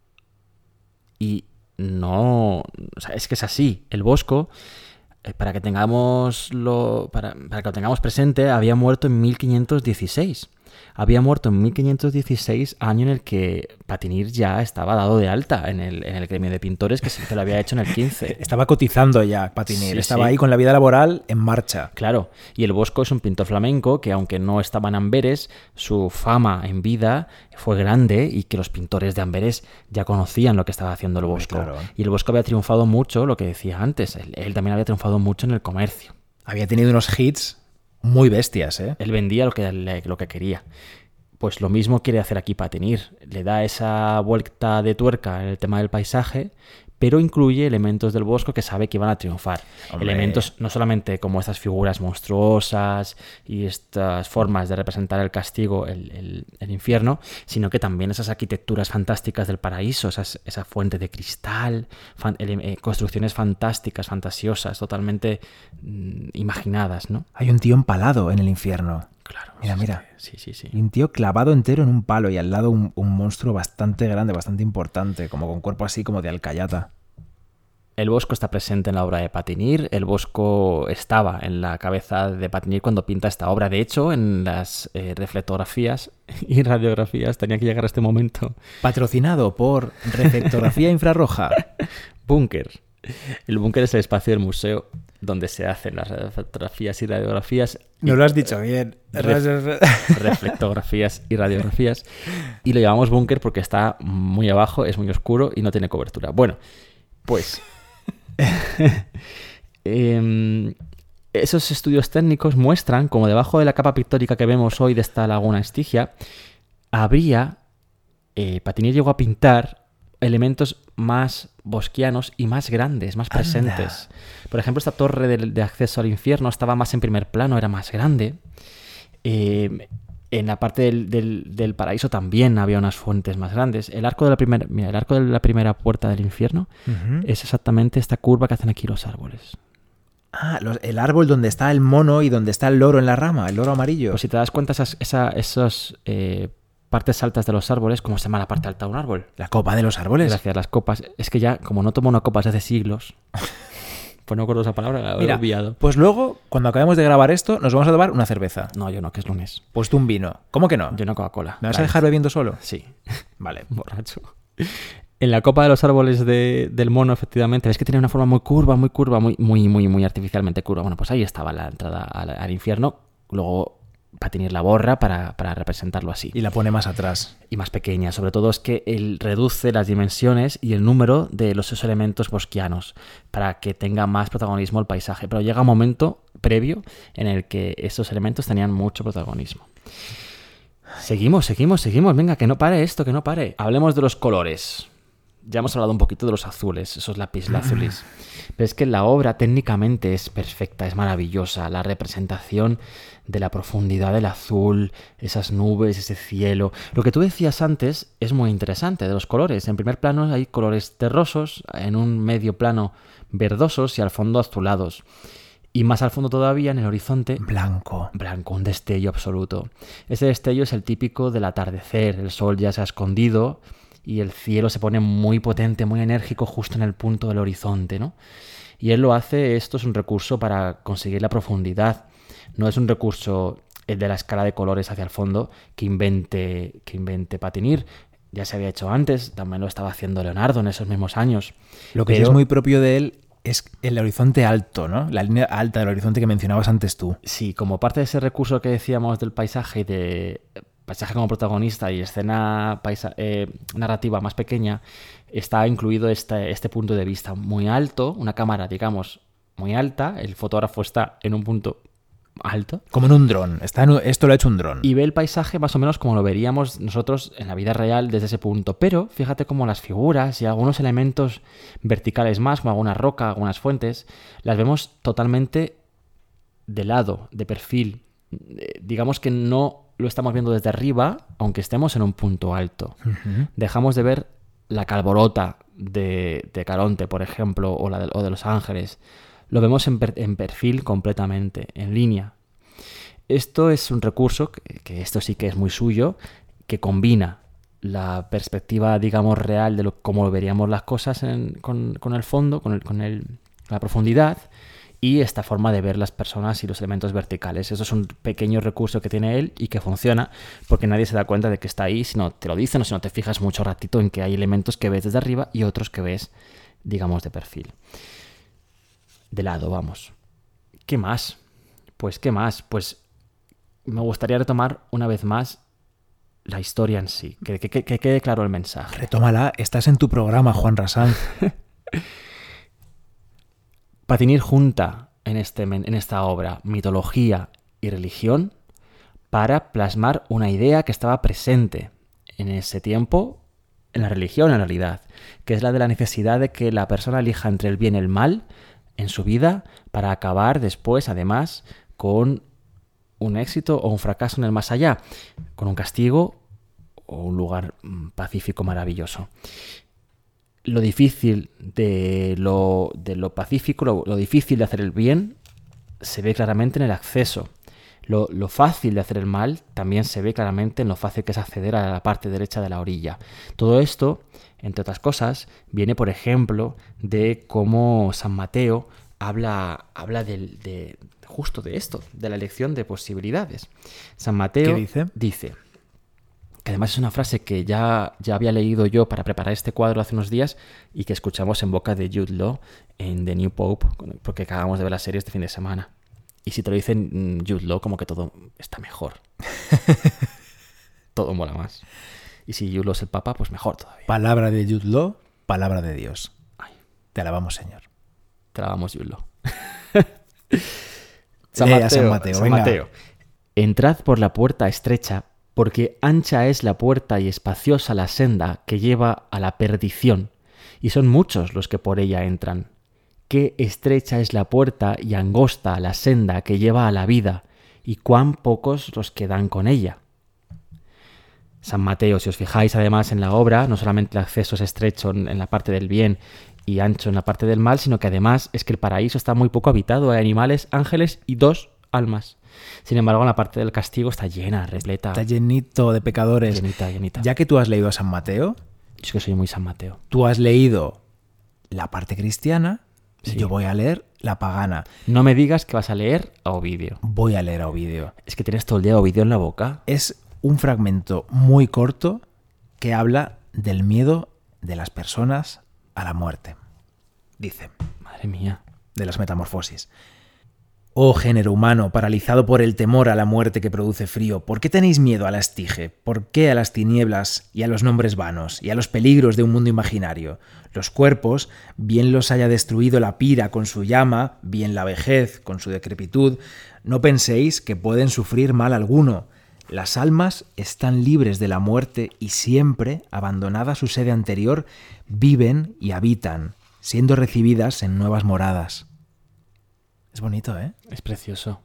Y no... O sea, es que es así. El Bosco, eh, para que tengamos lo, para, para que lo tengamos presente, había muerto en mil quinientos dieciséis. Había muerto en mil quinientos dieciséis, año en el que Patinir ya estaba dado de alta en el, en el gremio de pintores, que se lo había hecho en el quince. Estaba cotizando ya Patinir, Sí, estaba sí. ahí con la vida laboral en marcha. Claro, y el Bosco es un pintor flamenco que, aunque no estaba en Amberes, su fama en vida fue grande y que los pintores de Amberes ya conocían lo que estaba haciendo el Bosco. Claro. Y el Bosco había triunfado mucho, lo que decía antes, él, él también había triunfado mucho en el comercio. Había tenido unos hits muy bestias, ¿eh? Él vendía lo que, lo que quería. Pues lo mismo quiere hacer aquí Patinir. Le da esa vuelta de tuerca en el tema del paisaje, pero incluye elementos del Bosco que sabe que iban a triunfar. Hombre. Elementos no solamente como estas figuras monstruosas y estas formas de representar el castigo, el, el, el infierno, sino que también esas arquitecturas fantásticas del paraíso, esas, esa fuente de cristal, fan, eh, construcciones fantásticas, fantasiosas, totalmente mm, imaginadas, ¿no? Hay un tío empalado en el infierno. Claro. Mira, sí, mira. Sí, sí, sí. Y un tío clavado entero en un palo y al lado un, un monstruo bastante grande, bastante importante, como con cuerpo así como de alcayata. El Bosco está presente en la obra de Patinir. El Bosco estaba en la cabeza de Patinir cuando pinta esta obra. De hecho, en las eh, reflectografías y radiografías tenía que llegar a este momento. Patrocinado por Reflectografía Infrarroja. Búnker. El búnker es el espacio del museo donde se hacen las fotografías y radiografías. No lo has dicho bien. Ref- reflectografías y radiografías. Y lo llamamos búnker porque está muy abajo, es muy oscuro y no tiene cobertura. Bueno, pues... eh, esos estudios técnicos muestran como debajo de la capa pictórica que vemos hoy de esta laguna Estigia, habría... Eh, Patinir llegó a pintar elementos más bosquianos y más grandes, más presentes. Anda. Por ejemplo, esta torre de, de acceso al infierno estaba más en primer plano, era más grande. Eh, en la parte del, del, del paraíso también había unas fuentes más grandes. El arco de la primera, mira, el arco de la primera puerta del infierno uh-huh. es exactamente esta curva que hacen aquí los árboles. Ah, los, el árbol donde está el mono y donde está el loro en la rama, el loro amarillo. Pues si te das cuenta, esas, esa, esas eh, partes altas de los árboles, ¿cómo se llama la parte alta de un árbol? La copa de los árboles. Gracias, las copas. Es que ya, como no tomo una copa desde hace siglos, pues no acuerdo esa palabra, la he Mira, olvidado. Pues luego, cuando acabemos de grabar esto, nos vamos a tomar una cerveza. No, yo no, que es lunes. Pues tú un vino. ¿Cómo que no? Yo no Coca-Cola. ¿Me vas a Light. dejar bebiendo solo? Sí. Vale. Borracho. En la copa de los árboles de, del mono, efectivamente, ves que tiene una forma muy curva, muy curva, muy, muy, muy, muy artificialmente curva. Bueno, pues ahí estaba la entrada al, al infierno. Luego Patinir la borra para, para representarlo así. Y la pone más atrás. Y más pequeña. Sobre todo es que él reduce las dimensiones y el número de los esos elementos bosquianos para que tenga más protagonismo el paisaje. Pero llega un momento previo en el que esos elementos tenían mucho protagonismo. Seguimos, seguimos, seguimos. Venga, que no pare esto, que no pare. Hablemos de los colores. Ya hemos hablado un poquito de los azules, esos lapislazulis. Pero es que la obra técnicamente es perfecta, es maravillosa. La representación de la profundidad del azul, esas nubes, ese cielo. Lo que tú decías antes es muy interesante de los colores. En primer plano hay colores terrosos, en un medio plano verdosos y al fondo azulados. Y más al fondo todavía, en el horizonte... Blanco. Blanco, un destello absoluto. Ese destello es el típico del atardecer. El sol ya se ha escondido y el cielo se pone muy potente, muy enérgico justo en el punto del horizonte, ¿no? Y él lo hace, esto es un recurso para conseguir la profundidad. No es un recurso, el de la escala de colores hacia el fondo, que invente, que invente Patinir. Ya se había hecho antes, también lo estaba haciendo Leonardo en esos mismos años. Lo que Pero... sí es muy propio de él es el horizonte alto, ¿no? La línea alta del horizonte que mencionabas antes tú. Sí, como parte de ese recurso que decíamos del paisaje y de paisaje como protagonista y escena paisa eh, narrativa más pequeña, está incluido este, este punto de vista muy alto, una cámara, digamos, muy alta, el fotógrafo está en un punto alto. Como en un dron. Está en un, esto lo ha hecho un dron. Y ve el paisaje más o menos como lo veríamos nosotros en la vida real desde ese punto. Pero fíjate cómo las figuras y algunos elementos verticales más, como alguna roca, algunas fuentes, las vemos totalmente de lado, de perfil. Eh, digamos que no lo estamos viendo desde arriba, aunque estemos en un punto alto. Uh-huh. Dejamos de ver la calborota de, de Caronte, por ejemplo, o, la de, o de Los Ángeles. Lo vemos en, per, en perfil completamente, en línea. Esto es un recurso, que, que esto sí que es muy suyo, que combina la perspectiva, digamos, real de lo, cómo veríamos las cosas en, con, con el fondo, con, el, con el, la profundidad, y esta forma de ver las personas y los elementos verticales. Eso es un pequeño recurso que tiene él y que funciona porque nadie se da cuenta de que está ahí si no te lo dicen o si no te fijas mucho ratito en que hay elementos que ves desde arriba y otros que ves, digamos, de perfil. De lado, vamos. ¿Qué más? Pues, ¿qué más? Pues me gustaría retomar una vez más la historia en sí, que, que, que quede claro el mensaje. Retómala, estás en tu programa, Juan Rassanz. Patinir junta en, este, en esta obra mitología y religión para plasmar una idea que estaba presente en ese tiempo en la religión en realidad, que es la de la necesidad de que la persona elija entre el bien y el mal en su vida para acabar después, además, con un éxito o un fracaso en el más allá, con un castigo o un lugar pacífico maravilloso. Lo difícil de lo, de lo pacífico, lo, lo difícil de hacer el bien, se ve claramente en el acceso. Lo, lo fácil de hacer el mal también se ve claramente en lo fácil que es acceder a la parte derecha de la orilla. Todo esto, entre otras cosas, viene, por ejemplo, de cómo San Mateo habla, habla del, de, justo de esto, de la elección de posibilidades. San Mateo ¿Qué dice? dice, que además es una frase que ya, ya había leído yo para preparar este cuadro hace unos días y que escuchamos en boca de Jude Law en The New Pope, porque acabamos de ver la serie este fin de semana. Y si te lo dicen Jude Law, como que todo está mejor. Todo mola más. Y si Jude Law es el Papa, pues mejor todavía. Palabra de Jude Law, palabra de Dios. Ay. Te alabamos, Señor. Te alabamos, Jude Law. San Mateo, San Mateo, San venga. Mateo. Entrad por la puerta estrecha, porque ancha es la puerta y espaciosa la senda que lleva a la perdición, y son muchos los que por ella entran. Qué estrecha es la puerta y angosta la senda que lleva a la vida, y cuán pocos los que dan con ella. San Mateo, si os fijáis además en la obra, no solamente el acceso es estrecho en la parte del bien y ancho en la parte del mal, sino que además es que el paraíso está muy poco habitado, hay animales, ángeles y dos almas. Sin embargo, en la parte del castigo está llena, repleta. Está llenito de pecadores. Llenita, llenita. Ya que tú has leído a San Mateo, Yo es que soy muy San Mateo. tú has leído la parte cristiana, Sí. yo voy a leer la pagana. No me digas que vas a leer a Ovidio. Voy a leer a Ovidio. Es que tienes todo el día a Ovidio en la boca. Es un fragmento muy corto que habla del miedo de las personas a la muerte. Dice, Madre mía. de las metamorfosis. Oh género humano, paralizado por el temor a la muerte que produce frío, ¿por qué tenéis miedo a la estige? ¿Por qué a las tinieblas y a los nombres vanos y a los peligros de un mundo imaginario? Los cuerpos, bien los haya destruido la pira con su llama, bien la vejez con su decrepitud, no penséis que pueden sufrir mal alguno. Las almas están libres de la muerte y siempre, abandonada su sede anterior, viven y habitan, siendo recibidas en nuevas moradas. Es bonito, ¿eh? Es precioso.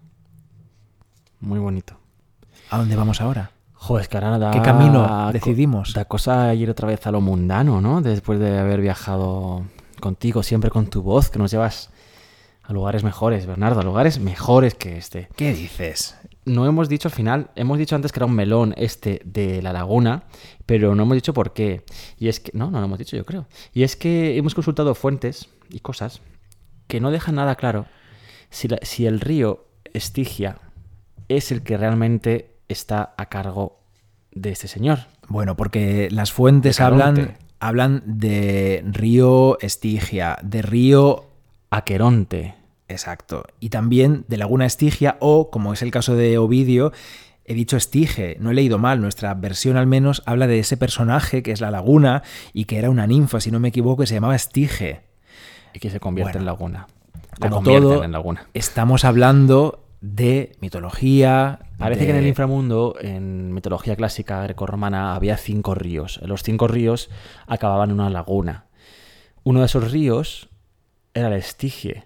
Muy bonito. ¿A dónde vamos ahora? Joder, es que ahora da... ¿Qué camino decidimos? Da cosa ir otra vez a lo mundano, ¿no? Después de haber viajado contigo, siempre con tu voz, que nos llevas a lugares mejores, Bernardo, a lugares mejores que este. ¿Qué dices? No hemos dicho al final, hemos dicho antes que era un melón este de la laguna, pero no hemos dicho por qué. Y es que, no, no lo hemos dicho yo creo. Y es que hemos consultado fuentes y cosas que no dejan nada claro si, la, si el río Estigia es el que realmente está a cargo de este señor. Bueno, porque las fuentes De Caronte. hablan, hablan de río Estigia, de río... Aqueronte. Exacto. Y también de Laguna Estigia o, como es el caso de Ovidio, he dicho Estige, no he leído mal, nuestra versión al menos habla de ese personaje que es la laguna y que era una ninfa, si no me equivoco, que se llamaba Estige. Y que se convierte Bueno, en laguna. La Como convierten todo, en laguna. estamos hablando de mitología. Parece de... que en el inframundo, en mitología clásica grecorromana, había cinco ríos. Los cinco ríos acababan en una laguna. Uno de esos ríos era el Estigie,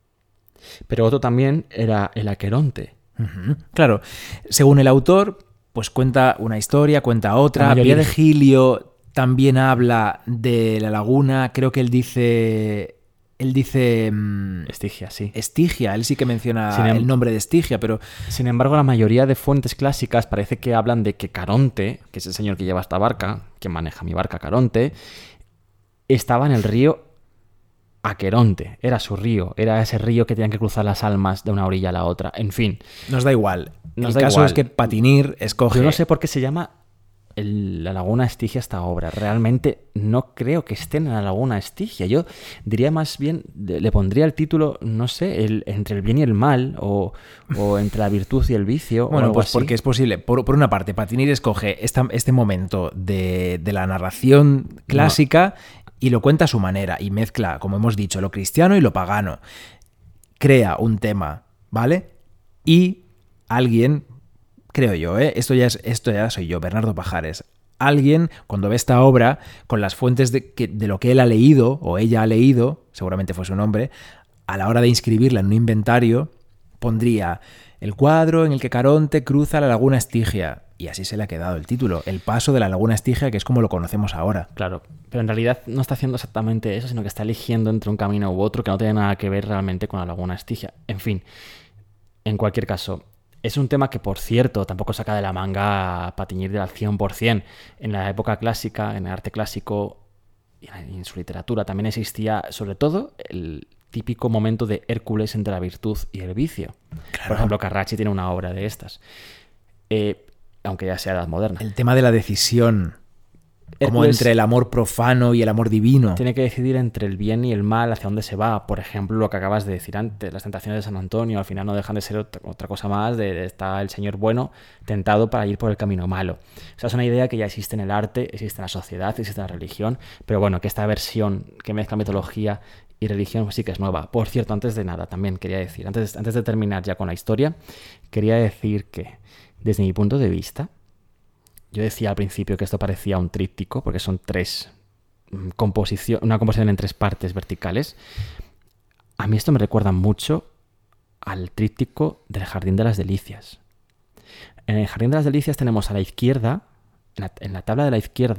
pero otro también era el Aqueronte. Uh-huh. Claro, según el autor, pues cuenta una historia, cuenta otra. La mayoría de- Virgilio también habla de la laguna. Creo que él dice... Él dice... mm, Estigia, sí. Estigia, él sí que menciona Sin em- el nombre de Estigia, pero Sin embargo, la mayoría de fuentes clásicas parece que hablan de que Caronte, que es el señor que lleva esta barca, que maneja mi barca Caronte, estaba en el río Aqueronte. Era su río. Era ese río que tenían que cruzar las almas de una orilla a la otra. En fin. nos da igual. Nos el da caso igual. es que Patinir escoge... Yo no sé por qué se llama el- la Laguna Estigia esta obra. Realmente no creo que estén en la Laguna Estigia. Yo diría más bien, de- le pondría el título, no sé, el, entre el bien y el mal, o, o entre la virtud y el vicio. o Bueno, algo pues así. porque es posible. Por, por una parte, Patinir escoge esta- este momento de, de la narración clásica y lo cuenta a su manera y mezcla, como hemos dicho, lo cristiano y lo pagano. Crea un tema, ¿vale? Y alguien, creo yo, ¿eh? esto, ya es, esto ya soy yo, Bernardo Pajares. Alguien, cuando ve esta obra, con las fuentes de, que, de lo que él ha leído, o ella ha leído, seguramente fue su nombre, a la hora de inscribirla en un inventario, pondría el cuadro en el que Caronte cruza la Laguna Estigia. Y así se le ha quedado el título, el paso de la Laguna Estigia, que es como lo conocemos ahora. Claro, pero en realidad no está haciendo exactamente eso, sino que está eligiendo entre un camino u otro que no tiene nada que ver realmente con la Laguna Estigia. En fin, en cualquier caso, es un tema que, por cierto, tampoco saca de la manga a Patinir al cien por ciento. En la época clásica, en el arte clásico y en su literatura también existía, sobre todo, el típico momento de Hércules entre la virtud y el vicio. Claro. Por ejemplo, Carracci tiene una obra de estas. Eh, aunque ya sea edad moderna. El tema de la decisión, como Hércules entre el amor profano y el amor divino. tiene que decidir entre el bien y el mal, hacia dónde se va. Por ejemplo, lo que acabas de decir antes, las tentaciones de San Antonio, al final no dejan de ser otra, otra cosa más, de, de está el señor bueno tentado para ir por el camino malo. O sea, es una idea que ya existe en el arte, existe en la sociedad, existe en la religión, pero bueno, que esta versión que mezcla mitología y religión pues sí que es nueva. Por cierto, antes de nada, también quería decir, antes, antes de terminar ya con la historia, quería decir que, desde mi punto de vista, yo decía al principio que esto parecía un tríptico, porque son tres composición, una composición en tres partes verticales. A mí esto me recuerda mucho al tríptico del Jardín de las Delicias. En el Jardín de las Delicias tenemos a la izquierda, en la, en la tabla de la izquierda,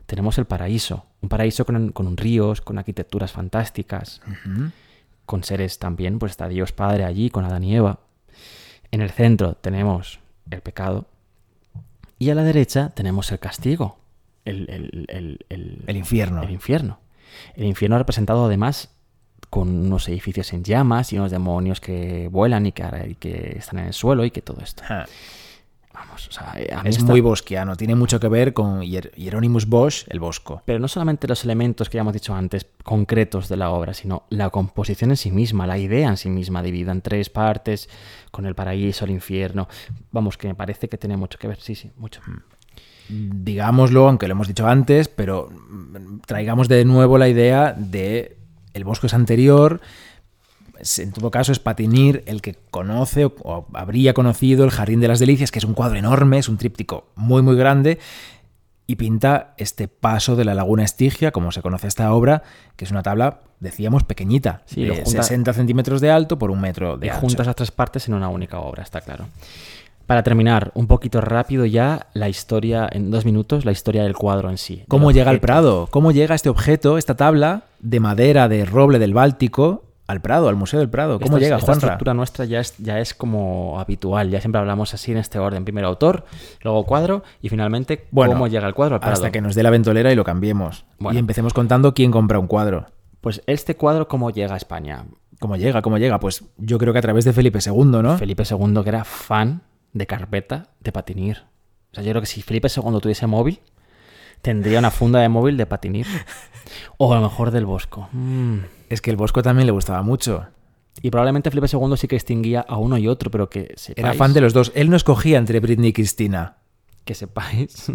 tenemos el paraíso. Un paraíso con, con ríos, con arquitecturas fantásticas, Uh-huh. con seres también, pues está Dios Padre allí, con Adán y Eva. En el centro tenemos el pecado y a la derecha tenemos el castigo, el, el, el, el, El infierno. el infierno. El infierno representado además con unos edificios en llamas y unos demonios que vuelan y que, y que están en el suelo y que todo esto. Ah. Vamos, o sea, a mí Es esta- muy bosquiano, tiene mucho que ver con Hier- Hieronymus Bosch, el Bosco. Pero no solamente los elementos que ya hemos dicho antes, concretos de la obra, sino la composición en sí misma, la idea en sí misma, dividida en tres partes, con el paraíso, el infierno. Vamos, que me parece que tiene mucho que ver, sí, sí, mucho. Digámoslo, aunque lo hemos dicho antes, pero mm, traigamos de nuevo la idea de el Bosco es anterior. En todo caso es Patinir el que conoce o, o habría conocido el Jardín de las Delicias, que es un cuadro enorme, es un tríptico muy muy grande, y pinta este paso de la Laguna Estigia, como se conoce esta obra, que es una tabla, decíamos, pequeñita, Sí, de lo junta- sesenta centímetros de alto por un metro de Y ancho. juntas las tres partes en una única obra, está claro. Para terminar, un poquito rápido ya, la historia, en dos minutos, la historia del cuadro en sí. ¿Cómo del llega al objeto. Prado? ¿Cómo llega este objeto, esta tabla de madera de roble del Báltico al Prado, al Museo del Prado? ¿Cómo Esta- llega, esta Juanra? estructura nuestra ya es, ya es como habitual, ya siempre hablamos así en este orden. Primero autor, luego cuadro y finalmente Bueno, cómo llega el cuadro al Prado. Hasta que nos dé la ventolera y lo cambiemos. Bueno. Y empecemos contando quién compra un cuadro. Pues este cuadro, ¿cómo llega a España? ¿Cómo llega? ¿Cómo llega? Pues yo creo que a través de Felipe segundo, ¿no? Felipe segundo, que era fan de carpeta de Patinir. O sea, yo creo que si Felipe segundo tuviese móvil, tendría una funda de móvil de Patinir. O a lo mejor del Bosco. Mm. Es que el Bosco también le gustaba mucho. Y probablemente Felipe segundo sí que distinguía a uno y otro, pero que sepáis, Era fan de los dos. Él no escogía entre Britney y Cristina. que sepáis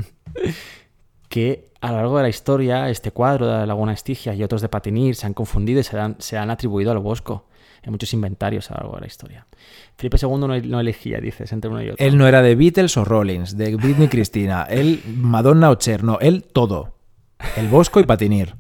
que a lo largo de la historia este cuadro de la Laguna Estigia y otros de Patinir se han confundido y se han, se han atribuido al Bosco en muchos inventarios a lo largo de la historia. Felipe segundo no, no elegía, dices, entre uno y otro. Él no era de Beatles o Rollins, de Britney y Cristina. Él, Madonna o Cher, no. Él, todo. El Bosco y Patinir.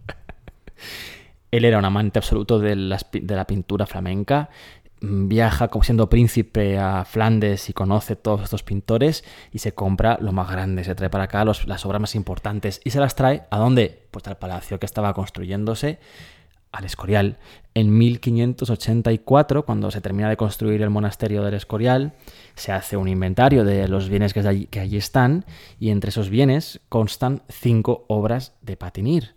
Él era un amante absoluto de, las pi- de la pintura flamenca. Mm, Viaja como siendo príncipe a Flandes y conoce todos estos pintores y se compra lo más grande. Se trae para acá los- las obras más importantes y se las trae ¿a dónde? Pues al palacio que estaba construyéndose, al Escorial. En mil quinientos ochenta y cuatro, cuando se termina de construir el monasterio del Escorial, se hace un inventario de los bienes que, es de allí, que allí están y entre esos bienes constan cinco obras de Patinir.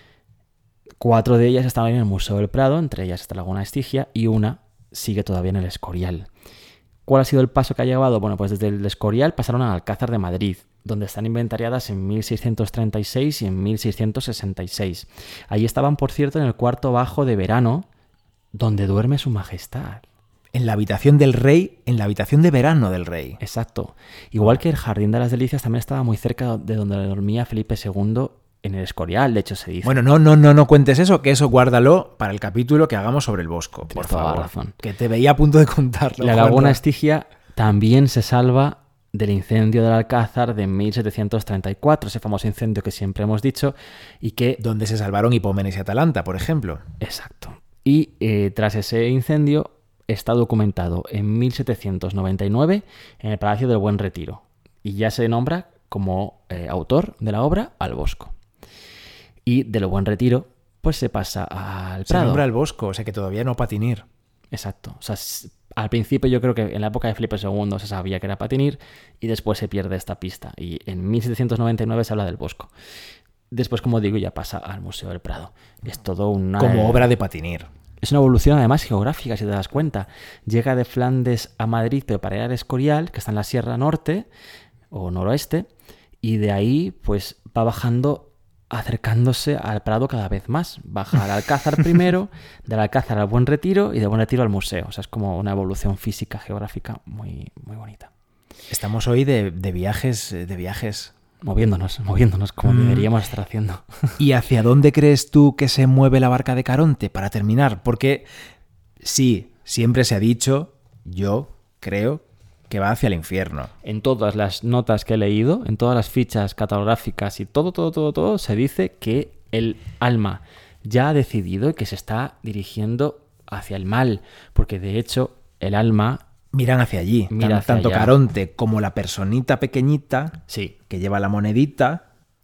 Cuatro de ellas están en el Museo del Prado, entre ellas está Laguna Estigia, y una sigue todavía en el Escorial. ¿Cuál ha sido el paso que ha llevado? Bueno, pues desde el Escorial pasaron al Alcázar de Madrid, donde están inventariadas en mil seiscientos treinta y seis y en mil seiscientos sesenta y seis. Allí estaban, por cierto, en el cuarto bajo de verano, donde duerme su majestad. En la habitación del rey, en la habitación de verano del rey. Exacto. Igual que el Jardín de las Delicias también estaba muy cerca de donde dormía Felipe segundo en el Escorial, de hecho se dice. Bueno, no, no, no, no cuentes eso, que eso guárdalo para el capítulo que hagamos sobre el Bosco, por Tienes toda la favor. razón. Que te veía a punto de contarlo. La Juanra. Laguna Estigia también se salva del incendio del Alcázar de mil setecientos treinta y cuatro, ese famoso incendio que siempre hemos dicho y que... Donde se salvaron Hipómenes y Atalanta, por ejemplo. Exacto. Y eh, tras ese incendio está documentado en mil setecientos noventa y nueve en el Palacio del Buen Retiro y ya se nombra como eh, autor de la obra al Bosco. Y de lo Buen Retiro pues se pasa al Se Prado. nombra el Bosco, o sea que todavía no Patinir. Exacto. O sea, s- al principio yo creo que en la época de Felipe segundo se sabía que era Patinir y después se pierde esta pista. Y en mil setecientos noventa y nueve se habla del Bosco. Después, como digo, ya pasa al Museo del Prado. Es todo una... Como obra de Patinir. Es una evolución además geográfica, si te das cuenta. Llega de Flandes a Madrid, pero para ir al Escorial, que está en la Sierra Norte o Noroeste, y de ahí pues va bajando, acercándose al Prado cada vez más. Baja al Alcázar primero, del Alcázar al Buen Retiro y del Buen Retiro al Museo. O sea, es como una evolución física, geográfica muy, muy bonita. Estamos hoy de, de viajes, de viajes. Moviéndonos, moviéndonos como Mm. deberíamos estar haciendo. ¿Y hacia dónde crees tú que se mueve la barca de Caronte para terminar? Porque sí, siempre se ha dicho, yo creo que va hacia el infierno. En todas las notas que he leído, en todas las fichas catalográficas y todo, todo, todo, todo, se dice que el alma ya ha decidido y que se está dirigiendo hacia el mal, porque de hecho el alma, Miran hacia allí. Mira Tan- hacia tanto allá. Caronte como la personita pequeñita sí, que lleva la monedita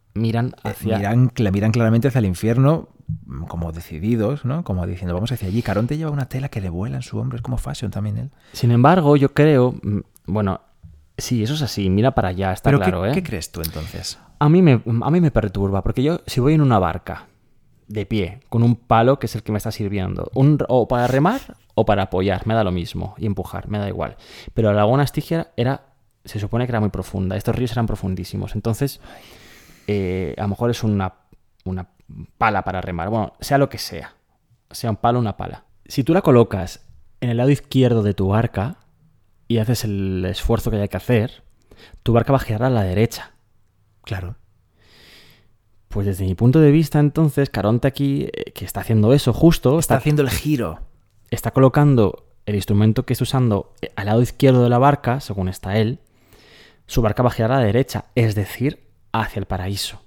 miran hacia... Eh, miran, miran claramente hacia el infierno, como decididos, ¿no? Como diciendo, vamos hacia allí. Caronte lleva una tela que le vuela en su hombro, es como fashion también él. Sin embargo, yo creo... Bueno, sí, eso es así, mira para allá, está ¿Pero claro, qué, ¿eh? ¿qué crees tú entonces? A mí, me, a mí me perturba, porque yo, si voy en una barca, de pie, con un palo que es el que me está sirviendo, un, o para remar o para apoyar, me da lo mismo, y empujar, me da igual. Pero la laguna Estigia era, se supone que era muy profunda, estos ríos eran profundísimos, entonces eh, a lo mejor es una, una pala para remar, bueno, sea lo que sea, sea un palo o una pala. Si tú la colocas en el lado izquierdo de tu barca y haces el esfuerzo que hay que hacer, tu barca va a girar a la derecha. Claro. Pues desde mi punto de vista, entonces, Caronte aquí, eh, que está haciendo eso justo... Está, está haciendo el giro. Está colocando el instrumento que está usando al lado izquierdo de la barca, según está él, su barca va a girar a la derecha, es decir, hacia el paraíso.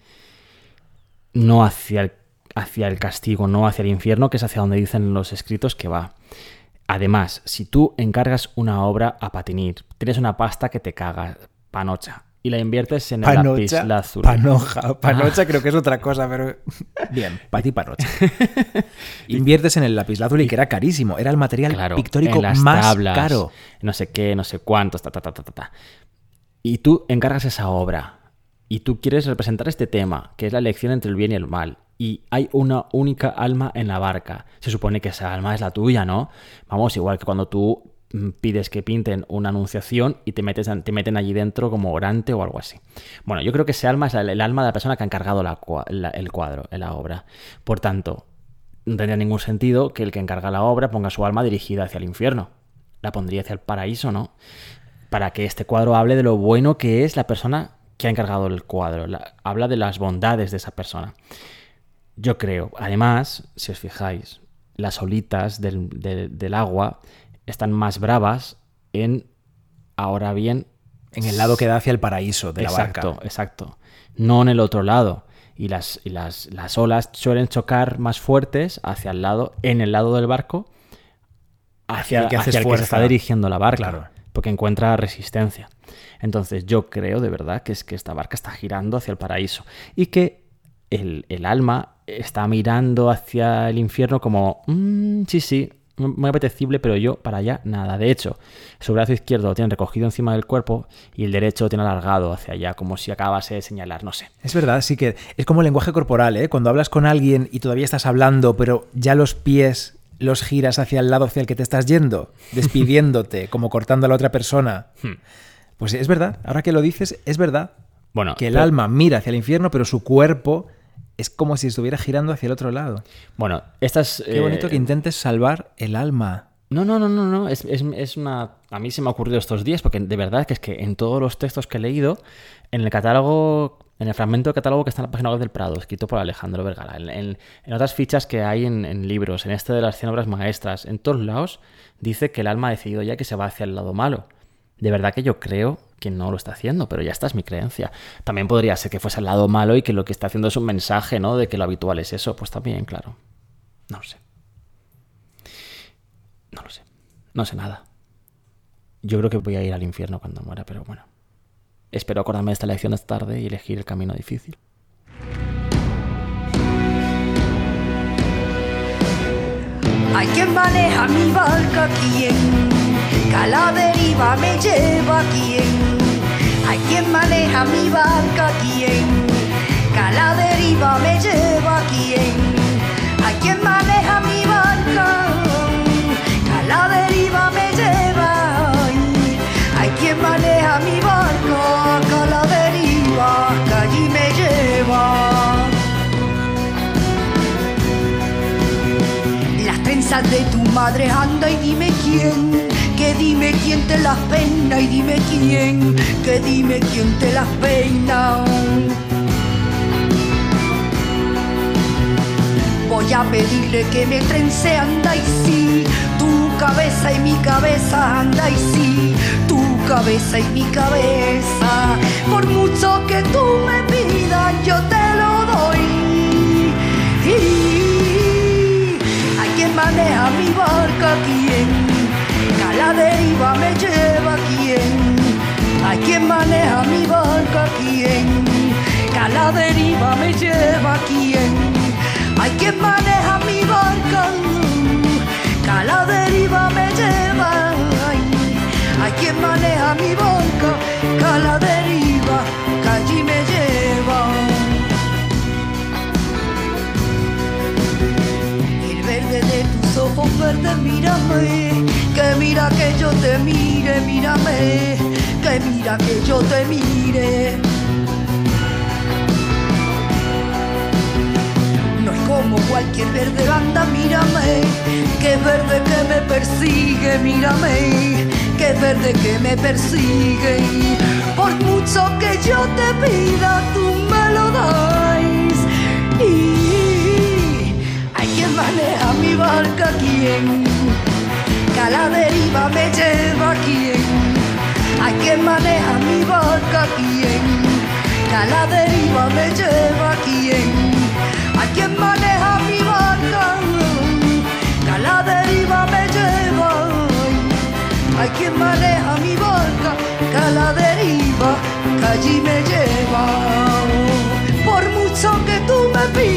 No hacia el, hacia el castigo, no hacia el infierno, que es hacia donde dicen los escritos que va. Además, si tú encargas una obra a Patinir, tienes una pasta que te caga, panocha, y la inviertes en el lapislázuli. Panoja, panocha ah. creo que es otra cosa, pero... Bien, pati panocha. Inviertes en el lapislázuli, que era carísimo, era el material claro, pictórico más tablas, caro. No sé qué, no sé cuántos, ta, ta, ta, ta, ta. Y tú encargas esa obra, y tú quieres representar este tema, que es la elección entre el bien y el mal, y hay una única alma en la barca. Se supone que esa alma es la tuya, ¿no? Vamos, igual que cuando tú pides que pinten una anunciación y te, metes, te meten allí dentro como orante o algo así. Bueno, yo creo que ese alma es el alma de la persona que ha encargado la, la, el cuadro, la obra. Por tanto, no tendría ningún sentido que el que encarga la obra ponga su alma dirigida hacia el infierno. La pondría hacia el paraíso, ¿no? Para que este cuadro hable de lo bueno que es la persona que ha encargado el cuadro. La, habla de las bondades de esa persona. Yo creo, además, si os fijáis, las olitas del, de, del agua están más bravas en, ahora bien... En el lado que da hacia el paraíso de exacto, la barca. Exacto, exacto. No en el otro lado. Y las, y las, las olas suelen chocar más fuertes hacia el lado, en el lado del barco, hacia, el que, hacia el que se está dirigiendo la barca. Claro. Porque encuentra resistencia. Entonces yo creo de verdad que es que esta barca está girando hacia el paraíso. Y que el, el alma está mirando hacia el infierno como... Mmm, sí, sí... muy apetecible, pero yo para allá nada. De hecho, su brazo izquierdo lo tiene recogido encima del cuerpo y el derecho lo tiene alargado hacia allá, como si acabase de señalar, no sé. Es verdad, sí que es como el lenguaje corporal, ¿eh? Cuando hablas con alguien y todavía estás hablando, pero ya los pies los giras hacia el lado hacia el que te estás yendo, despidiéndote, como cortando a la otra persona. Hmm. Pues es verdad, ahora que lo dices, es verdad. Bueno, que el pero... alma mira hacia el infierno, pero su cuerpo... es como si estuviera girando hacia el otro lado. Bueno, estas... Qué bonito eh... que intentes salvar el alma. No, no, no, no, no. Es, es, es una... A mí se me ha ocurrido estos días, porque de verdad que es que en todos los textos que he leído, en el catálogo, en el fragmento de catálogo que está en la página web del Prado, escrito por Alejandro Vergara, en, en, en otras fichas que hay en, en libros, en este de las cien obras maestras, en todos lados, dice que el alma ha decidido ya que se va hacia el lado malo. De verdad que yo creo que no lo está haciendo, pero ya esta es mi creencia. También podría ser que fuese al lado malo y que lo que está haciendo es un mensaje, ¿no? De que lo habitual es eso. Pues también, claro. No lo sé. No lo sé. No sé nada. Yo creo que voy a ir al infierno cuando muera, pero bueno. Espero acordarme de esta lección de esta tarde y elegir el camino difícil. Hay quien maneja mi barca, quien que a la deriva me lleva, quien. Hay quien maneja mi barca, quien que a la deriva me lleva, quien. Hay quien maneja mi barca, que a la deriva me lleva. Hay quien maneja mi barca, que a la deriva, que allí me lleva. Las trenzas de tu madre, anda y dime quién, que dime quién te las peina y dime quién, que dime quién te las peina. Voy a pedirle que me trence, anda y sí, tu cabeza y mi cabeza, anda y sí, tu cabeza y mi cabeza. Por mucho que tú me pidas, yo te lo doy. Y hay quien maneja mi barca, quien que a la deriva me lleva, quien. Hay quien maneja mi barca, quien que a la deriva me lleva quien. Hay quien maneja mi barca, que a la deriva me lleva. Hay quien maneja mi barca, que a la deriva, que allí me lleva. El verde de tus ojos verdes, mírame, que mira que yo te mire, mírame, que mira que yo te mire. No es como cualquier verde banda, mírame, que es verde que me persigue, mírame, que es verde que me persigue. Y por mucho que yo te pida, tú me lo das. Y hay quien maneja mi barca, quien, que a la deriva me lleva, quien. Hay quien maneja mi barca, quien, que a la deriva me lleva, quien. Hay quien maneja mi barca, que a la deriva me lleva. Hay quien maneja mi barca, que a la deriva, que allí me lleva. Por mucho que tú me pidas,